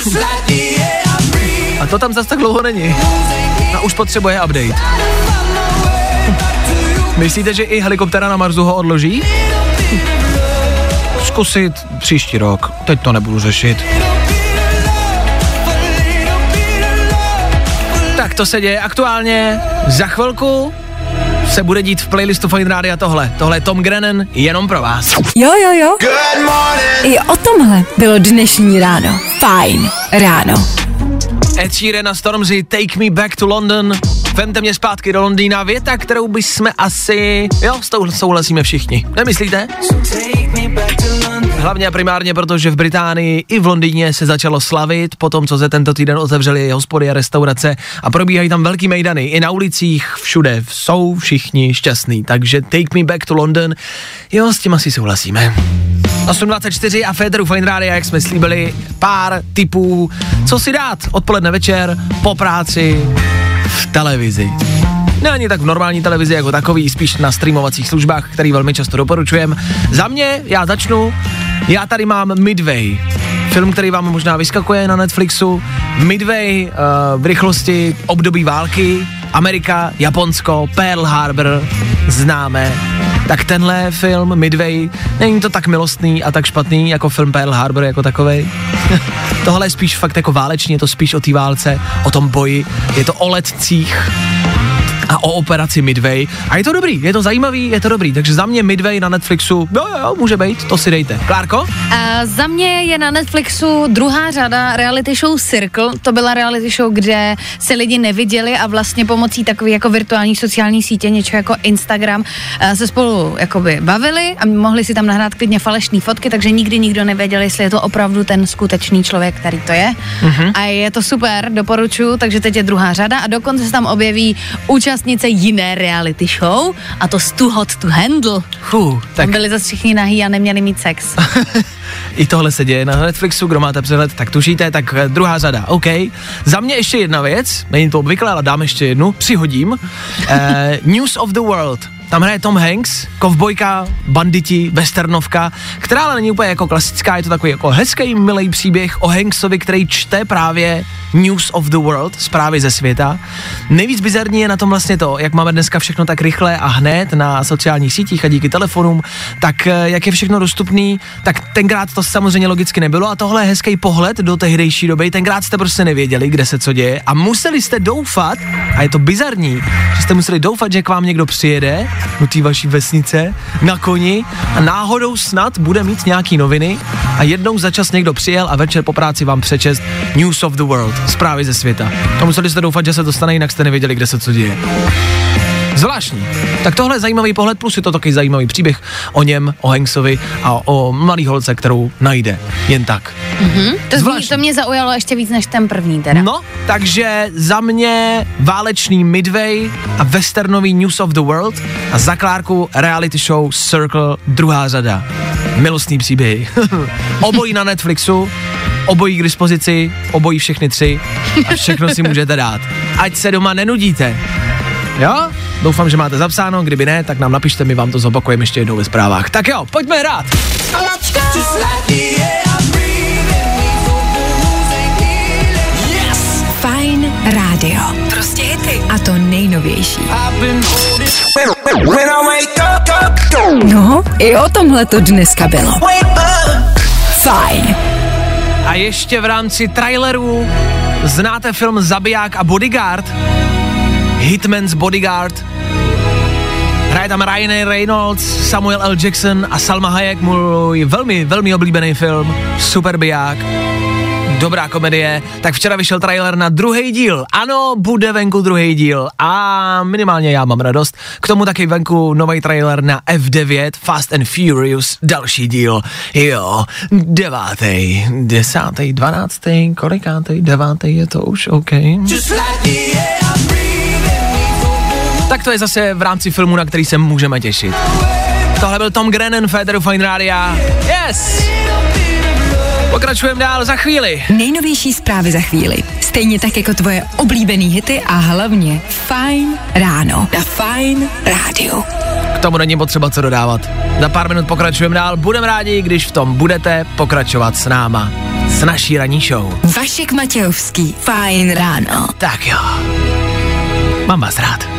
A to tam zase tak dlouho není. A už potřebuje update. Myslíte, že i helikoptéra na Marsu ho odloží? Zkusit příští rok, teď to nebudu řešit. Tak to se děje aktuálně, za chvilku se bude dít v playlistu Fajn Rádia tohle. Tohle je Tom Grennan, jenom pro vás. Jo. I o tomhle bylo dnešní ráno. Fajn ráno. Ed Sheeran a Stormzy, Take Me Back to London. Vemte mě zpátky do Londýna, věta, kterou bychom asi, s tou souhlasíme všichni. Nemyslíte? Hlavně a primárně, protože v Británii i v Londýně se začalo slavit, potom co se tento týden otevřely hospody a restaurace a probíhají tam velký mejdany. I na ulicích, všude jsou všichni šťastní, takže Take Me Back to London, s tím asi souhlasíme. 8:24 a Féteru Fajn Rádia, jak jsme slíbili, pár tipů, co si dát odpoledne večer, po práci, v televizi. Ne ani tak v normální televizi jako takový, spíš na streamovacích službách, který velmi často doporučujem. Za mě, já začnu, já tady mám Midway, film, který vám možná vyskakuje na Netflixu. Midway v rychlosti období války, Amerika, Japonsko, Pearl Harbor, známe. Tak tenhle film, Midway, není to tak milostný a tak špatný jako film Pearl Harbor jako takovej. Tohle je spíš fakt jako váleční, je to spíš o té válce, o tom boji, je to o letcích a o operaci Midway. A je to dobrý, je to zajímavý, je to dobrý. Takže za mě Midway na Netflixu, jo, může být, to si dejte. Klárko? Za mě je na Netflixu druhá řada reality show Circle. To byla reality show, kde se lidi neviděli a vlastně pomocí takový jako virtuální sociální sítě, něco jako Instagram, se spolu jakoby bavili a mohli si tam nahrát klidně falešné fotky, takže nikdy nikdo nevěděl, jestli je to opravdu ten skutečný člověk, který to je. A je to super, doporučuji, takže teď je druhá řada a dokonce se tam objeví účastnice jiné reality show a to Too Hot to Handle. Tak. Tam byli zase všichni nahý a neměli mít sex. I tohle se děje na Netflixu, kdo máte přehled, tak tušíte, tak druhá řada, OK. Za mě ještě jedna věc, není to obvyklé, ale dám ještě jednu, přihodím. News of the World. Tam hraje Tom Hanks, kovbojka, banditi, westernovka, která ale není úplně jako klasická, je to takový jako hezký, milý příběh o Hanksovi, který čte právě News of the World, zprávy ze světa. Nejvíc bizarní je na tom vlastně to, jak máme dneska všechno tak rychle a hned na sociálních sítích a díky telefonům, tak jak je všechno dostupný, tak tenkrát to samozřejmě logicky nebylo a tohle je hezký pohled do tehdejší doby, tenkrát jste prostě nevěděli, kde se co děje a museli jste doufat, a je to bizarní, že jste museli doufat, že k vám někdo přijede do té vaší vesnice na koni a náhodou snad bude mít nějaký noviny a jednou za čas někdo přijel a večer po práci vám přečest News of the World, zprávy ze světa. A museli jste doufat, že se to stane, jinak jste nevěděli, kde se co děje. Zvláštní. Tak tohle je zajímavý pohled, plus je to taky zajímavý příběh o něm, o Hanksovi a o mladý holce, kterou najde. Jen tak. To mě zaujalo ještě víc než ten první teda. No, takže za mě válečný Midway a westernový News of the World a za Klárku reality show Circle, druhá řada. Milostný příběhy. Obojí na Netflixu, obojí k dispozici, obojí všechny tři a všechno si můžete dát. Ať se doma nenudíte. Jo? Doufám, že máte zapsáno, kdyby ne, tak nám napište, my vám to zopakujeme ještě jednou ve zprávách. Tak jo, pojďme hrát. Fajn rádio. Prostě hity. A to nejnovější. No, i o tomhle to dneska bylo. Fajn. A ještě v rámci trailerů znáte film Zabiják a Bodyguard? Hitman's Bodyguard. Hraje tam Ryan Reynolds, Samuel L. Jackson a Salma Hayek, můj velmi, velmi oblíbený film. Super biják. Dobrá komedie. Tak včera vyšel trailer na druhý díl. Ano, bude venku druhý díl. A minimálně já mám radost. K tomu taky venku nový trailer na F9, Fast and Furious, další díl. Jo, 9., 10., 12., kolikátej, 9. je to už, OK. Tak to je zase v rámci filmu, na který se můžeme těšit. Tohle byl Tom Grennan, Féteru Fajn Rádia. Yes! Pokračujeme dál za chvíli. Nejnovější zprávy za chvíli. Stejně tak jako tvoje oblíbený hity a hlavně Fajn ráno na Fajn rádiu. K tomu není potřeba co dodávat. Za pár minut pokračujeme dál. Budeme rádi, když v tom budete pokračovat s náma. S naší ranní show. Vašek Matějovský, Fajn ráno. Tak jo. Mám vás rád.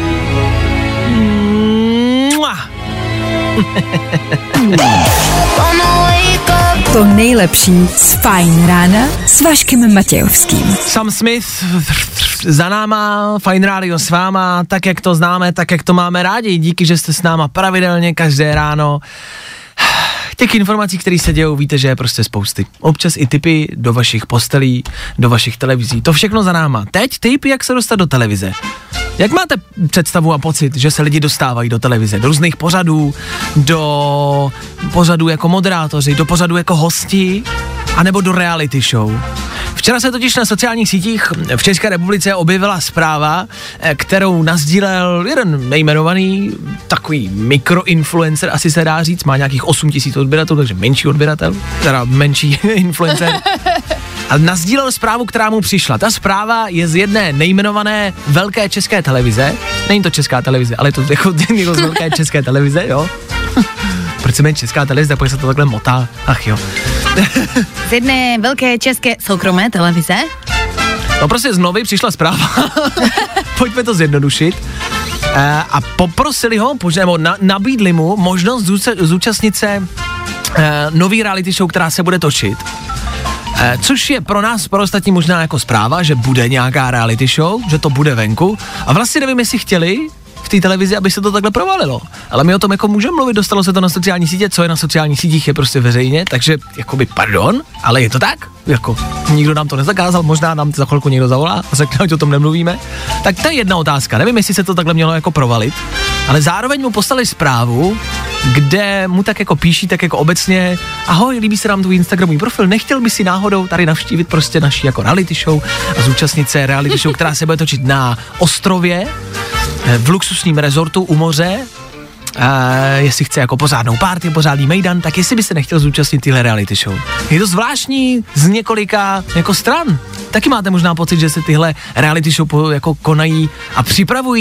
To nejlepší z Fajn rána s Vaškem Matějovským. Sam Smith za náma, Fajn rádio s váma, tak jak to známe, tak jak to máme rádi. Díky, že jste s náma pravidelně každé ráno. Těch informací, které se dějou, víte, že je prostě spousty. Občas i tipy do vašich postelí, do vašich televizí. To všechno za náma. Teď tip, jak se dostat do televize. Jak máte představu a pocit, že se lidi dostávají do televize? Do různých pořadů, do pořadů jako moderátoři, do pořadů jako hosti, anebo do reality show? Včera se totiž na sociálních sítích v České republice objevila zpráva, kterou nasdílel jeden nejmenovaný, takový mikroinfluencer, asi se dá říct, má nějakých 8 000 odběratelů, takže menší odběratel, teda menší influencer. A nasdílel zprávu, která mu přišla. Ta zpráva je z jedné nejmenované velké české televize. Není to Česká televize, ale je to jako z velké české televize, jo. Proč se jmenuje Česká televize, protože se to takhle motá. Ach jo. Z jedné velké české soukromé televize? No prostě z Novy přišla zpráva. pojďme to zjednodušit. A poprosili ho, nebo nabídli mu možnost zúčastnit se nový reality show, která se bude točit. Což je pro nás, pro ostatní možná jako zpráva, že bude nějaká reality show, že to bude venku. A vlastně nevím, jestli chtěli v té televizi, aby se to takhle provalilo. Ale my o tom jako můžeme mluvit, dostalo se to na sociální sítě, co je na sociálních sítích je prostě veřejně, takže jakoby pardon, ale je to tak, jako nikdo nám to nezakázal, možná nám za chvilku někdo zavolá a řekne, ať o tom nemluvíme. Tak to je jedna otázka, nevím, jestli se to takhle mělo jako provalit, ale zároveň mu poslali zprávu, kde mu tak jako píší, tak jako obecně, ahoj, líbí se nám tvůj Instagramový profil, nechtěl by si náhodou tady navštívit prostě naší jako reality show a zúčastnit se reality show, která se bude točit na ostrově, v luxusním rezortu u moře, jestli chce jako pořádnou party, pořádný mejdan, tak jestli by se nechtěl zúčastnit tyhle reality show. Je to zvláštní z několika jako stran. Taky máte možná pocit, že se tyhle reality show jako konají a připravují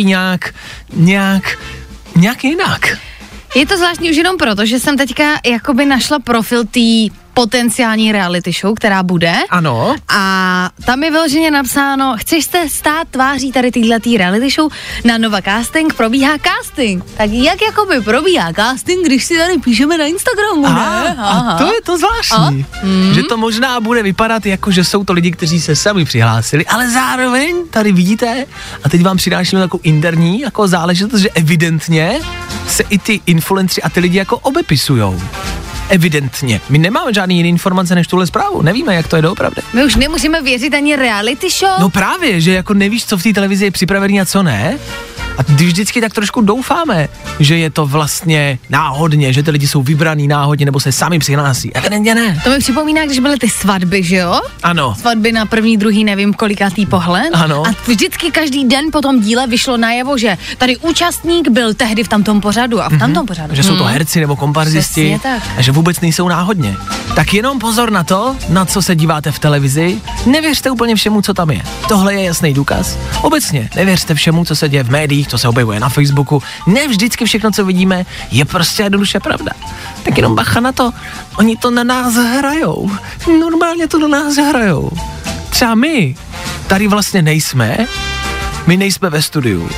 nějak jinak. Je to zvláštní už jenom proto, že jsem teďka jakoby našla profil té potenciální reality show, která bude. Ano. A tam je vyloženě napsáno, chceš se stát tváří tady týhletý reality show, na Nova Casting probíhá casting. Tak jak jakoby probíhá casting, když si tady píšeme na Instagramu, ne? A to je to zvláštní. Že to možná bude vypadat jako, že jsou to lidi, kteří se sami přihlásili, ale zároveň tady vidíte, a teď vám přinášíme takovou interní jako záležitost, že evidentně se i ty influenceri a ty lidi jako obepisujou. Evidentně. My nemáme žádný jiný informace než tuhle zprávu. Nevíme, jak to je doopravdy. My už nemůžeme věřit ani reality show. No právě, že jako nevíš, co v té televizi je připravený a co ne. A vždycky tak trošku doufáme, že je to vlastně náhodně, že ty lidi jsou vybraný náhodně nebo se sami přihlásí. Evidentně ne. To mi připomíná, když byly ty svatby, že jo? Ano. Svatby na první, druhý, nevím kolikátý pohled. Ano. A vždycky každý den po tom díle vyšlo najevo, že tady účastník byl tehdy v tamtom pořadu a v tamtom pořadu. Že jsou to herci nebo komparzisti a že vůbec nejsou náhodně. Tak jenom pozor na to, na co se díváte v televizi. Nevěřte úplně všemu, co tam je. Tohle je jasný důkaz. Obecně nevěřte všemu, co se děje v médiích, co se objevuje na Facebooku. Ne vždycky všechno, co vidíme, je prostě jednoduše pravda. Tak jenom bacha na to, oni to na nás hrajou. Normálně to na nás hrajou. Třeba my tady vlastně nejsme, my nejsme ve studiu.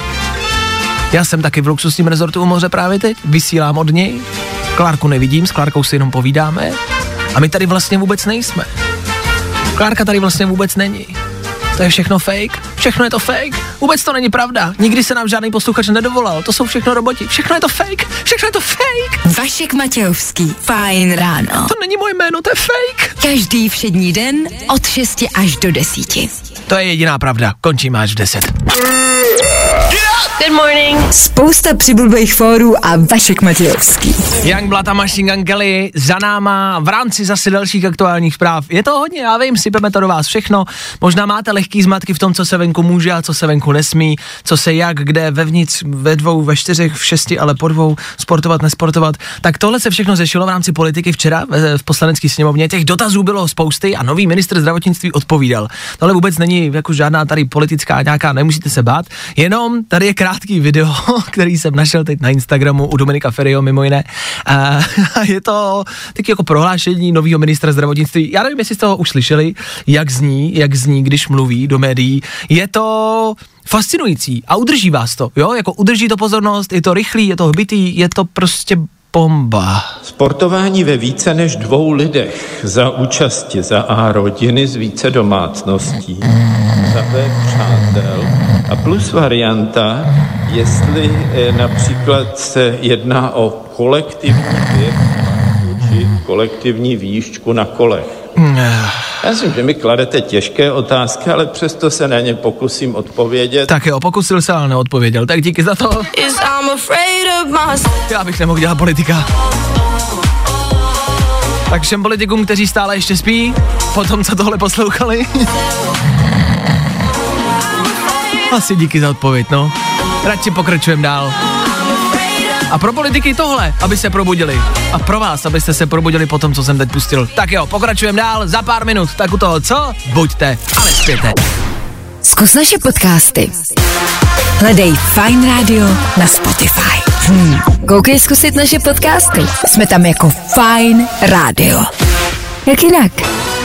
Já jsem taky v luxusním rezortu u moře právě teď, vysílám od něj, Klárku nevidím, s Klárkou si jenom povídáme a my tady vlastně vůbec nejsme. Klárka tady vlastně vůbec není. To je všechno fake, všechno je to fake, vůbec to není pravda, nikdy se nám žádný posluchač nedovolal, to jsou všechno roboti, všechno je to fake, všechno je to fake. Vašek Matějovský, Fajn ráno. To není moje jméno, to je fake. Každý všední den od 6 až do 10. To je jediná pravda, končíme až v 10. Good morning. Spousta přibulbých fórů a Vašek Matějovský. Youngblood a Machine Gun Kelly za náma v rámci zase dalších aktuálních zpráv. Je to hodně, já vím, sypeme to do vás všechno. Možná máte lehký zmatky v tom, co se venku může a co se venku nesmí, co se jak, kde, vevnitř, ve 2, ve 4, v 6, ale po 2, sportovat, nesportovat. Tak tohle se všechno řešilo v rámci politiky včera v Poslanecké sněmovně. Těch dotazů bylo spousty a nový ministr zdravotnictví odpovídal. Tohle vůbec není jako žádná tady politická nějaká, nemusíte se bát, jenom tady je krátký video, který jsem našel teď na Instagramu u Dominika Feriho mimo jiné. A je to taky jako prohlášení nového ministra zdravotnictví. Já nevím, jestli jste toho už slyšeli, jak zní, když mluví do médií. Je to fascinující a udrží vás to, jo? Jako udrží to pozornost, je to rychlý, je to hbitý, je to prostě bomba. Sportování ve více než 2 lidech za účasti za A rodiny z více domácností, za B přátel a plus varianta, jestli například se jedná o kolektivní běh či kolektivní výjížďku na kolech. Já myslím, že mi kladete těžké otázky, ale přesto se na ně pokusím odpovědět. Tak jo, pokusil se, ale neodpověděl. Tak díky za to. Já bych nemohl dělat politika. Tak všem politikům, kteří stále ještě spí, potom co tohle poslouchali. Asi díky za odpověď, no. Radši pokračujeme dál. A pro politiky tohle, aby se probudili. A pro vás, abyste se probudili po tom, co jsem teď pustil. Tak jo, pokračujeme dál za pár minut. Tak u toho co? Buďte, ale spěte. Zkus naše podcasty. Hledej Fajn Radio na Spotify. Koukej zkusit naše podcasty. Jsme tam jako Fajn Radio. Jak jinak?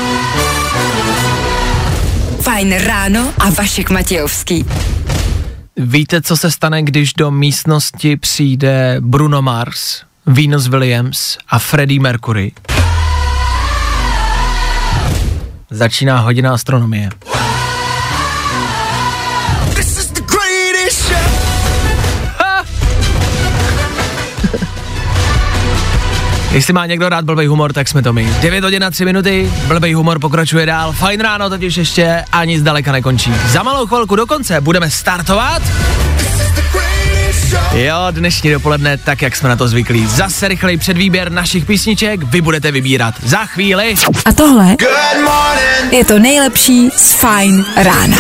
Fajn ráno a Vašek Matějovský. víte, co se stane, když do místnosti přijde Bruno Mars, Venus Williams a Freddie Mercury? Začíná hodina astronomie. Jestli má někdo rád blbej humor, tak jsme to my. 9 hodin a 3 minuty, blbej humor pokračuje dál, Fajn ráno totiž ještě ani zdaleka nekončí. Za malou chvilku do konce budeme startovat. Jo, dnešní dopoledne, tak jak jsme na to zvyklí. Zase rychlej předvýběr našich písniček, vy budete vybírat za chvíli. A tohle je to nejlepší z Fajn rána.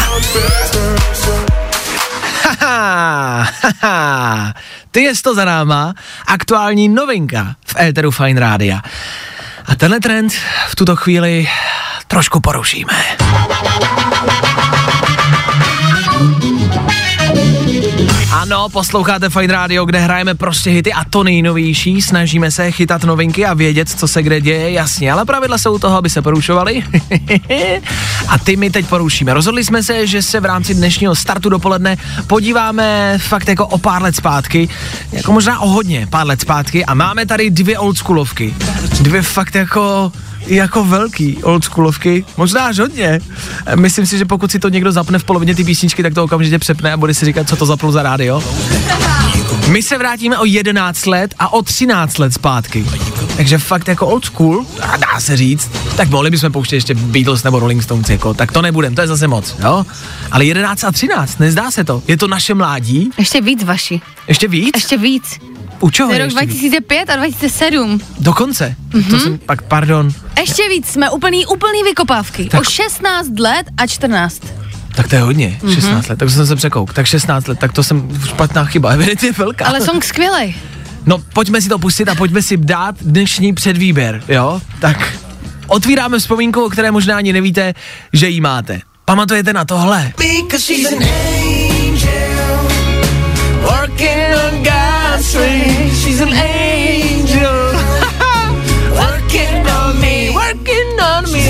Ty jest to za náma, aktuální novinka v éteru Fajn rádia. A tenhle trend v tuto chvíli trošku porušíme. Ano, posloucháte Fajn rádio, kde hrajeme prostě hity a to nejnovější, snažíme se chytat novinky a vědět, co se kde děje, jasně, ale pravidla jsou toho, aby se porušovaly. A ty my teď porušíme. Rozhodli jsme se, že se v rámci dnešního startu dopoledne podíváme fakt jako o pár let zpátky, jako možná o hodně pár let zpátky a máme tady 2 oldschoolovky. 2 fakt jako velký oldschoolovky, možná až hodně. Myslím si, že pokud si to někdo zapne v polovině ty písničky, tak to okamžitě přepne a bude si říkat, co to zapnul za rádio. My se vrátíme o 11 let a o 13 let zpátky. Takže fakt jako old school, dá se říct, tak mohli bychom pouštět ještě Beatles nebo Rolling Stones, jako, tak to nebudem, to je zase moc, jo? Ale 11 a 13, nezdá se to, je to naše mládí. Ještě víc, vaši. Ještě víc? Ještě víc. U čeho to je rok 2005 a 2007. Dokonce? To jsem, pak pardon. Ještě víc, jsme úplný vykopávky. Tak. O 16 let a 14. Tak to je hodně, 16 let, tak jsem se překouk. Tak 16 let, tak to jsem špatná chyba, evidentně velká. Ale song skvělej. No, pojďme si to pustit a pojďme si dát dnešní předvýběr, jo? Tak otvíráme vzpomínku, o které možná ani nevíte, že jí máte. Pamatujete na tohle? She's an angel, working on me, working on me.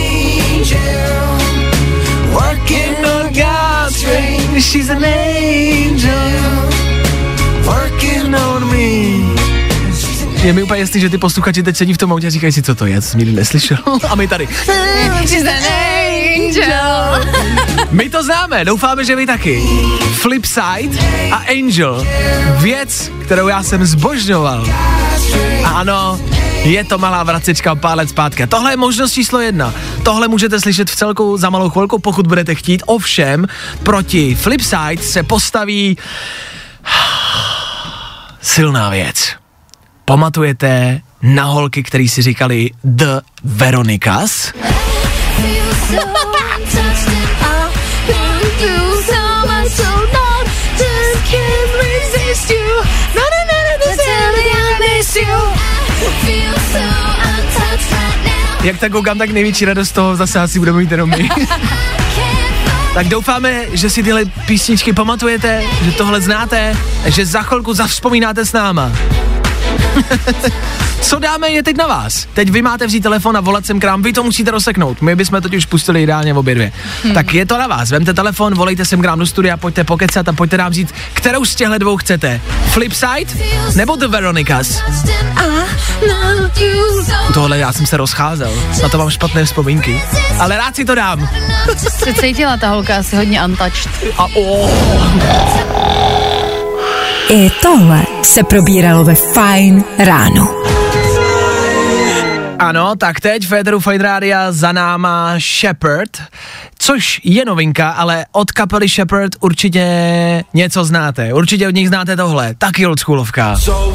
Working on God's ring. She's an angel, working on me. Je mi úplně jasný, že ty posluchači teď sedí v tom autě a říkají si, co to je, co jsem nikdy neslyšel. A my tady. She's an angel. My to známe, doufáme, že vy taky. Flipside a Angel. Věc, kterou já jsem zbožňoval. A ano, je to malá vracečka pár let zpátky. Tohle je možnost číslo 1. Tohle můžete slyšet v celku za malou chvilku, pokud budete chtít. Ovšem, proti Flipside se postaví silná věc. Pamatujete na holky, který si říkali The Veronicas? Jak tak koukám, tak největší radost toho zase asi budeme mít jenom my. Tak doufáme, že si tyhle písničky pamatujete, že tohle znáte, že za chvilku zavzpomínáte s náma. Co dáme, je teď na vás. Teď vy máte vzít telefon a volat sem k nám, vy to musíte rozseknout. My bychom totiž pustili ideálně obě dvě. Tak je to na vás, vemte telefon, volejte sem k nám do studia, pojďte pokecat a pojďte nám říct, kterou z těchto dvou chcete. Flipside nebo The Veronicas? Tohle já jsem se rozcházel, na to mám špatné vzpomínky. Ale rád si to dám. Se cítila ta holka asi hodně untouched. I tohle se probíralo ve Fajn ráno. Ano, tak teď v éteru Fajn rádia za náma Shepherd, což je novinka, ale od kapely Shepherd určitě něco znáte. Určitě od nich znáte tohle, taky oldschoolovka.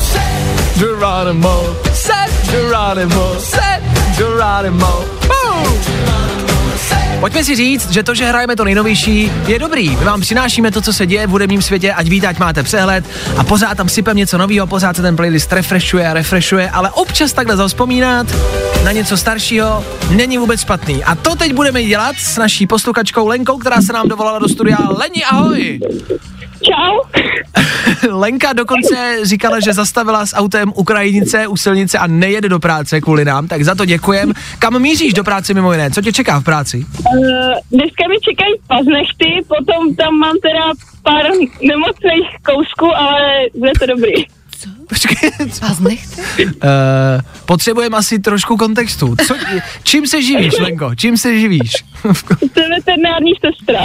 Pojďme si říct, že to, že hrajeme to nejnovější, je dobrý. My vám přinášíme to, co se děje v hudebním světě, ať víte, ať máte přehled a pořád tam sypem něco nového, pořád se ten playlist refreshuje, ale občas takhle zavzpomínat na něco staršího není vůbec špatný. A to teď budeme dělat s naší posluchačkou Lenkou, která se nám dovolala do studia. Leni, ahoj! Čau. Lenka dokonce říkala, že zastavila s autem Ukrajinice u silnice a nejede do práce kvůli nám, tak za to děkujem. Kam míříš do práce mimo jiné? Co tě čeká v práci? Dneska mi čekají paznechty, potom tam mám teda pár nemocných kousků, ale bude to dobrý. Počkej, Paznechty? potřebujeme asi trošku kontextu. Čím se živíš, Lenko? Čím se živíš? Jsem veterinární sestra.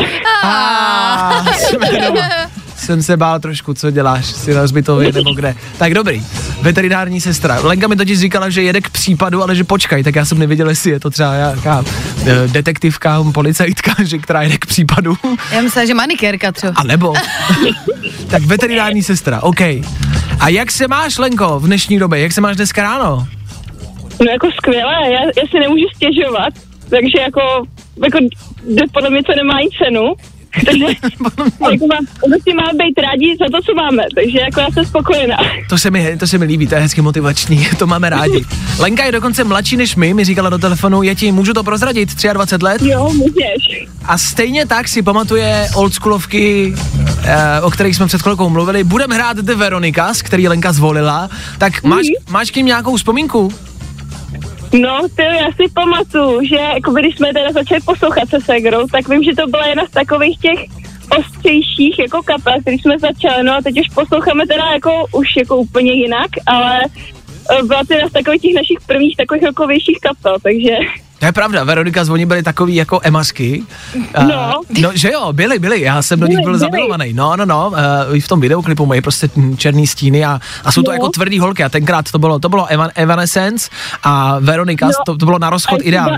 Jsem se bál trošku, co děláš, si na hřbitově nebo kde. Tak dobrý, veterinární sestra. Lenka mi totiž říkala, že jede k případu, ale že počkej, tak já jsem nevěděl, jestli je to třeba nějaká detektivka, policajtka, že která jede k případu. Já myslím, že manikérka třeba. A nebo. Tak veterinární sestra, OK. A jak se máš, Lenko, v dnešní době? Jak se máš dneska ráno? No jako skvěle, já si nemůžu stěžovat, takže jako podle mě to nemá jí cenu. Takže jako máme být rádi za to, co máme, takže jako já jsem spokojená. To se mi líbí, to je hezky motivační, to máme rádi. Lenka je dokonce mladší než my, mi říkala do telefonu, můžu to prozradit, 23 let? Jo, můžeš. A stejně tak si pamatuje oldschoolovky, o kterých jsme před chvilkou mluvili. Budeme hrát The Veronicas, který Lenka zvolila, tak máš k ním nějakou vzpomínku? No, já si pamatuju, že jako když jsme teda začali poslouchat se ségrou, tak vím, že to byla jedna z takových těch ostřejších jako kapel, který jsme začali, no a teď už posloucháme teda jako už jako úplně jinak, ale byla to jedna z takových těch našich prvních takových rokovějších kapel, takže... To je pravda, Veronika oni byli takový jako emasky. No, že jo, byli, já jsem do nich byl zamilovaný. No, v tom videoklipu mají prostě černý stíny a jsou to jako tvrdý holky a tenkrát to bylo Evanescence a Veronika, to bylo na rozchod ideální.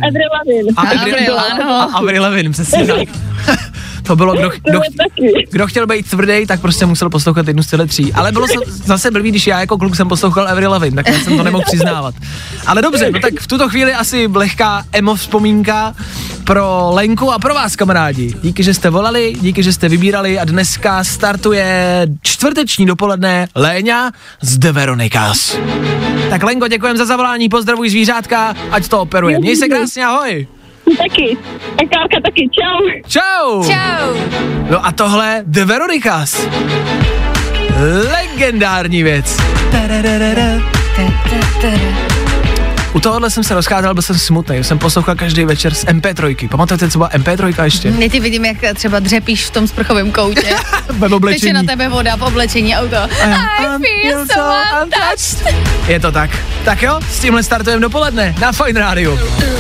A Avril Lavigne, přesně tak. To bylo, kdo chtěl být tvrdý, tak prostě musel poslouchat jednu z těchto tří. Ale bylo zase blbý, když já jako kluk jsem poslouchal Avril Lavigne, tak já jsem to nemohl přiznávat. Ale dobře, no tak v tuto chvíli asi lehká emo vzpomínka pro Lenku a pro vás, kamarádi. Díky, že jste volali, díky, že jste vybírali a dneska startuje čtvrteční dopoledne Léňa z The Veronicas. Tak Lenko, děkujem za zavolání, pozdravuj zvířátka, ať to operuje. Měj se krásně, ahoj. Taky. A Kárka taky. Čau. Čau. Čau. No a tohle The Veronicas. Legendární věc. U tohohle jsem se rozcházel, byl jsem smutný, jsem poslouchal každý večer z MP3. Pamatujete, co byla MP3 ještě? Mě ty vidím, jak třeba dřepíš v tom sprchovém koutě. V oblečení. Teče na tebe voda v oblečení auto. I feel so untouched. Je to tak. Tak jo, s tímhle startujeme dopoledne na Fajn rádiu.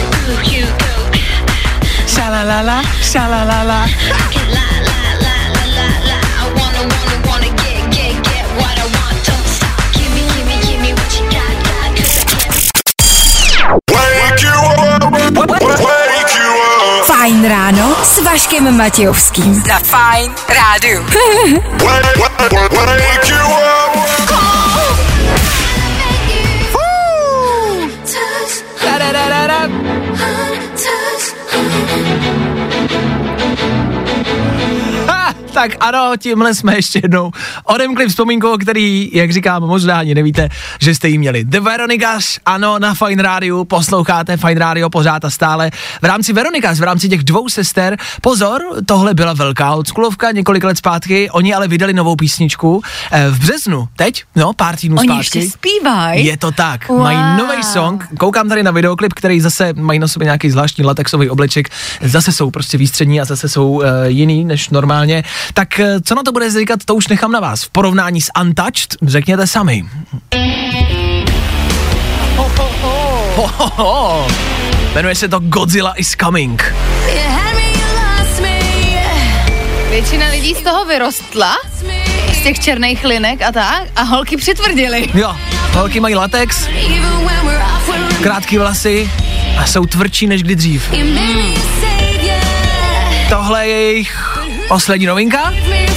Šalalala, šalalala. Fajn ráno s Vaškem Matějovským. Za Fajn rádiu. Tak ano, tímhle jsme ještě jednou odemkli vzpomínku, který, jak říkám, možná ani nevíte, že jste jí měli. The Veronicas, ano, na Fajn rádiu, posloucháte Fajn rádio pořád a stále. V rámci Veronicas, v rámci těch dvou sester, pozor, tohle byla velká oldschoolovka několik let zpátky, oni ale vydali novou písničku v březnu, teď, pár týdnů zpátky. Oni ještě zpívají. Je to tak, mají nový song, koukám tady na videoklip, který zase mají na sobě nějaký zvláštní latexový obleček, zase jsou prostě výstřední a zase jsou jiný než normálně. Tak co na to bude říkat, to už nechám na vás. V porovnání s Untouched řekněte sami. Jmenuje se to Godzilla is Coming. Většina lidí z toho vyrostla, z těch černých linek a tak, a holky přitvrdily. Jo, holky mají latex, krátký vlasy a jsou tvrdší než kdy dřív. Tohle je jejich poslední novinka?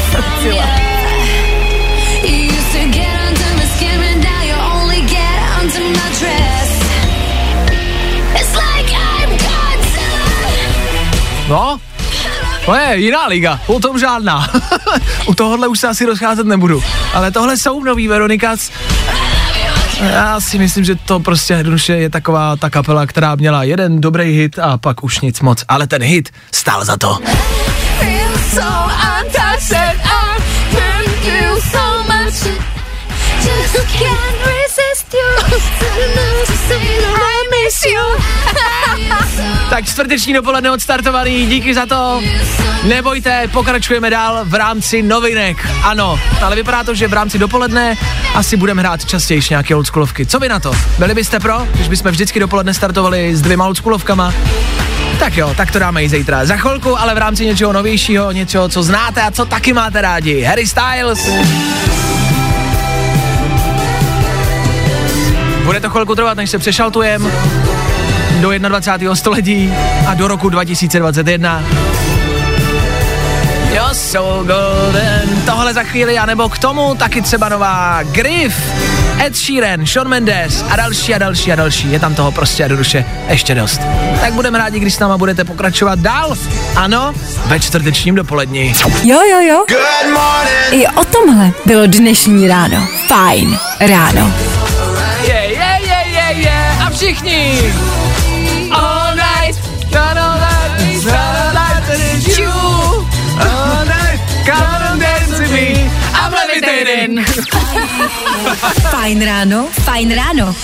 No, to je jiná liga, o tom žádná. U tohohle už se asi rozcházet nebudu. Ale tohle jsou nový Veronicas. Já si myslím, že to prostě jednoduše je taková ta kapela, která měla jeden dobrý hit a pak už nic moc. Ale ten hit stál za to. So untouched, Tak čtvrteční dopoledne odstartovaný, díky za to. Nebojte, pokračujeme dál v rámci novinek. Ano, ale vypadá to, že v rámci dopoledne asi budeme hrát častěji nějaké oldschoolovky. Co vy na to? Byli byste pro, když bychom vždycky dopoledne startovali s 2 oldschoolovkama? Tak jo, tak to dáme i zítra. Za chvilku, ale v rámci něčeho novějšího, něčeho, co znáte a co taky máte rádi. Harry Styles. Bude to chvilku trvat, než se přešaltujeme do 21. století a do roku 2021. You're so golden. Tohle za chvíli, anebo k tomu taky třeba nová Griff, Ed Sheeran, Shawn Mendes a další. Je tam toho prostě jednoduše ještě dost. Tak budeme rádi, když s náma budete pokračovat dál. Ano, ve čtvrtečním dopoledni. Jo. I o tomhle bylo dnešní ráno. Fajn ráno. A všichni! All night, all night, come and dance with me, I'm levitating. Fajn ráno.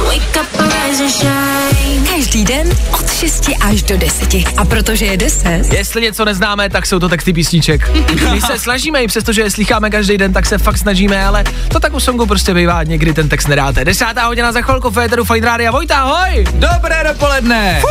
Každý den od 6 až do 10. A protože je 10. Jestli něco neznáme, tak jsou to texty písniček. My se snažíme, i přestože je slycháme každý den, tak se fakt snažíme, ale to tak u songu prostě bývá, někdy ten text nedáte. 10. hodina za chvilku, Féteru Fajn Rádia. Vojta, ahoj! Dobré dopoledne!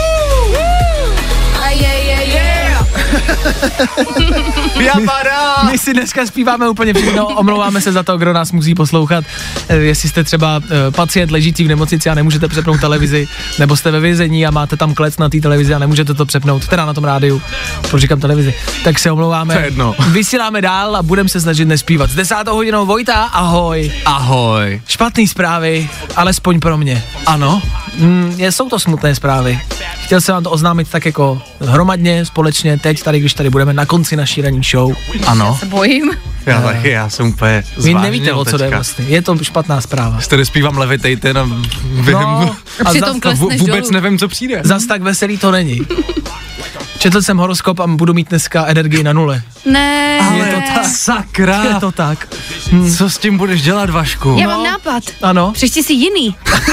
My si dneska zpíváme úplně všechno, omlouváme se za to, kdo nás musí poslouchat. Jestli jste třeba pacient ležící v nemocnici a nemůžete přepnout televizi, nebo jste ve vězení a máte tam klec na té televizi a nemůžete to přepnout, teda na tom rádiu, proč říkám televizi, tak se omlouváme. Vysíláme dál a budeme se snažit nespívat. S 10. hodinou Vojta, ahoj. Ahoj. Špatný zprávy, alespoň pro mě. Ano? Jsou to smutné zprávy. Chtěl jsem vám to oznámit tak jako hromadně, společně, teď tady, když tady budeme na konci naší ranní show. Ano. Se bojím. Já taky, já jsem úplně Vy nevíte, o co jde vlastně. Je to špatná zpráva. Tady zpívám Levitating a vůbec nevím, co přijde. Zas tak veselý to není. Četl jsem horoskop a budu mít dneska energii na 0. Ne. Je to tak. Sakra. Je to tak. Co s tím budeš dělat, Vašku? Já mám nápad. Ano. Přečti si jiný.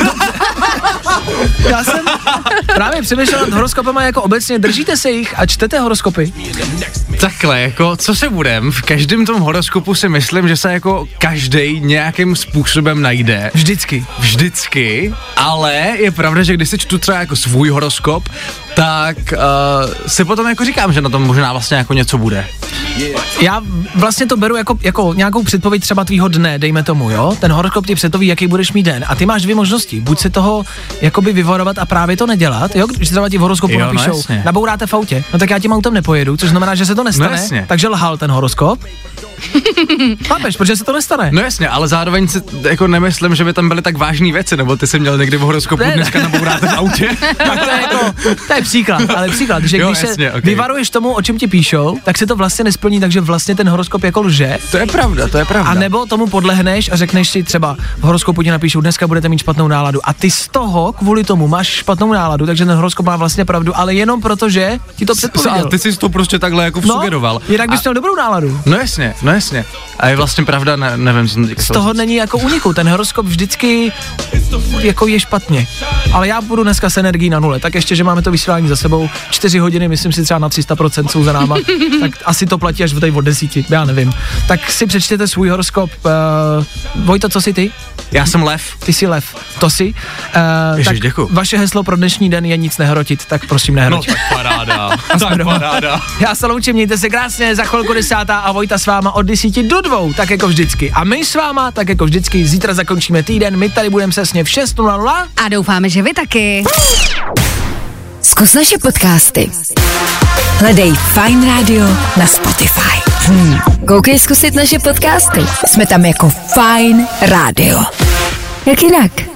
Já jsem právě přemýšlel nad horoskopama jako obecně. Držíte se jich a čtete horoskopy? Takhle, jako, co se budem, v každém tom horoskopu si myslím, že se jako každej nějakým způsobem najde. Vždycky, ale je pravda, že když si čtu třeba jako svůj horoskop, tak si potom jako říkám, že na tom možná vlastně jako něco bude. Já vlastně to beru jako nějakou předpověď třeba tvýho dne, dejme tomu, jo? Ten horoskop ti předpoví, jaký budeš mít den. A ty máš 2 možnosti. Buď se toho jakoby vyvarovat a právě to nedělat, jo? Když třeba ti v horoskopu napíšou, nabouráte v autě, no tak já tím autem nepojedu, což znamená, že se to nestane. No takže lhal ten horoskop. Chápeš, protože se to nestane. No jasně, ale zároveň si jako nemyslím, že by tam byly tak vážné věci, nebo ty jsi měl někdy v horoskopu dneska nabouráte v autě. Tak to je příklad, že když se vyvaruješ tomu, o čem ti píšou, tak se to vlastně nesplní, takže vlastně ten horoskop jako lže. To je pravda. A nebo tomu podlehneš a řekneš si třeba v horoskopu ti napíšou, dneska budete mít špatnou náladu a ty z toho kvůli tomu máš špatnou náladu, takže ten horoskop má vlastně pravdu, ale jenom proto, že ti to předpověděl. A ty jsi to prostě takhle jako vsugeroval. Jinak bys měl dobrou náladu. No jasně. A je vlastně pravda, nevím, co z toho není jako úniku, ten horoskop vždycky jako je špatně. Ale já budu dneska s energií na 0, tak ještě, že máme to vysílání za sebou, 4 hodiny, myslím si třeba na 300% jsou za náma, tak asi to platí až tady od 10, já nevím. Tak si přečtěte svůj horoskop. Vojto, co jsi ty? Já jsem lev. Ty jsi lev, to jsi. Ježiš, děkuji. Vaše heslo pro dnešní den je nic nehrotit, tak prosím nehrotit. No tak paráda. Já se loučím, mějte se krásně, za chvilku 10. a Vojta s váma od 10 do 2, tak jako vždycky. A my s váma, tak jako vždycky, zítra zakončíme týden, my tady budeme přesně v 6:00. A doufáme, že vy taky. Zkus naše podcasty. Hledej Fajn Radio na Spotify. Koukej zkusit naše podcasty. Jsme tam jako Fajn Radio. Jak jinak?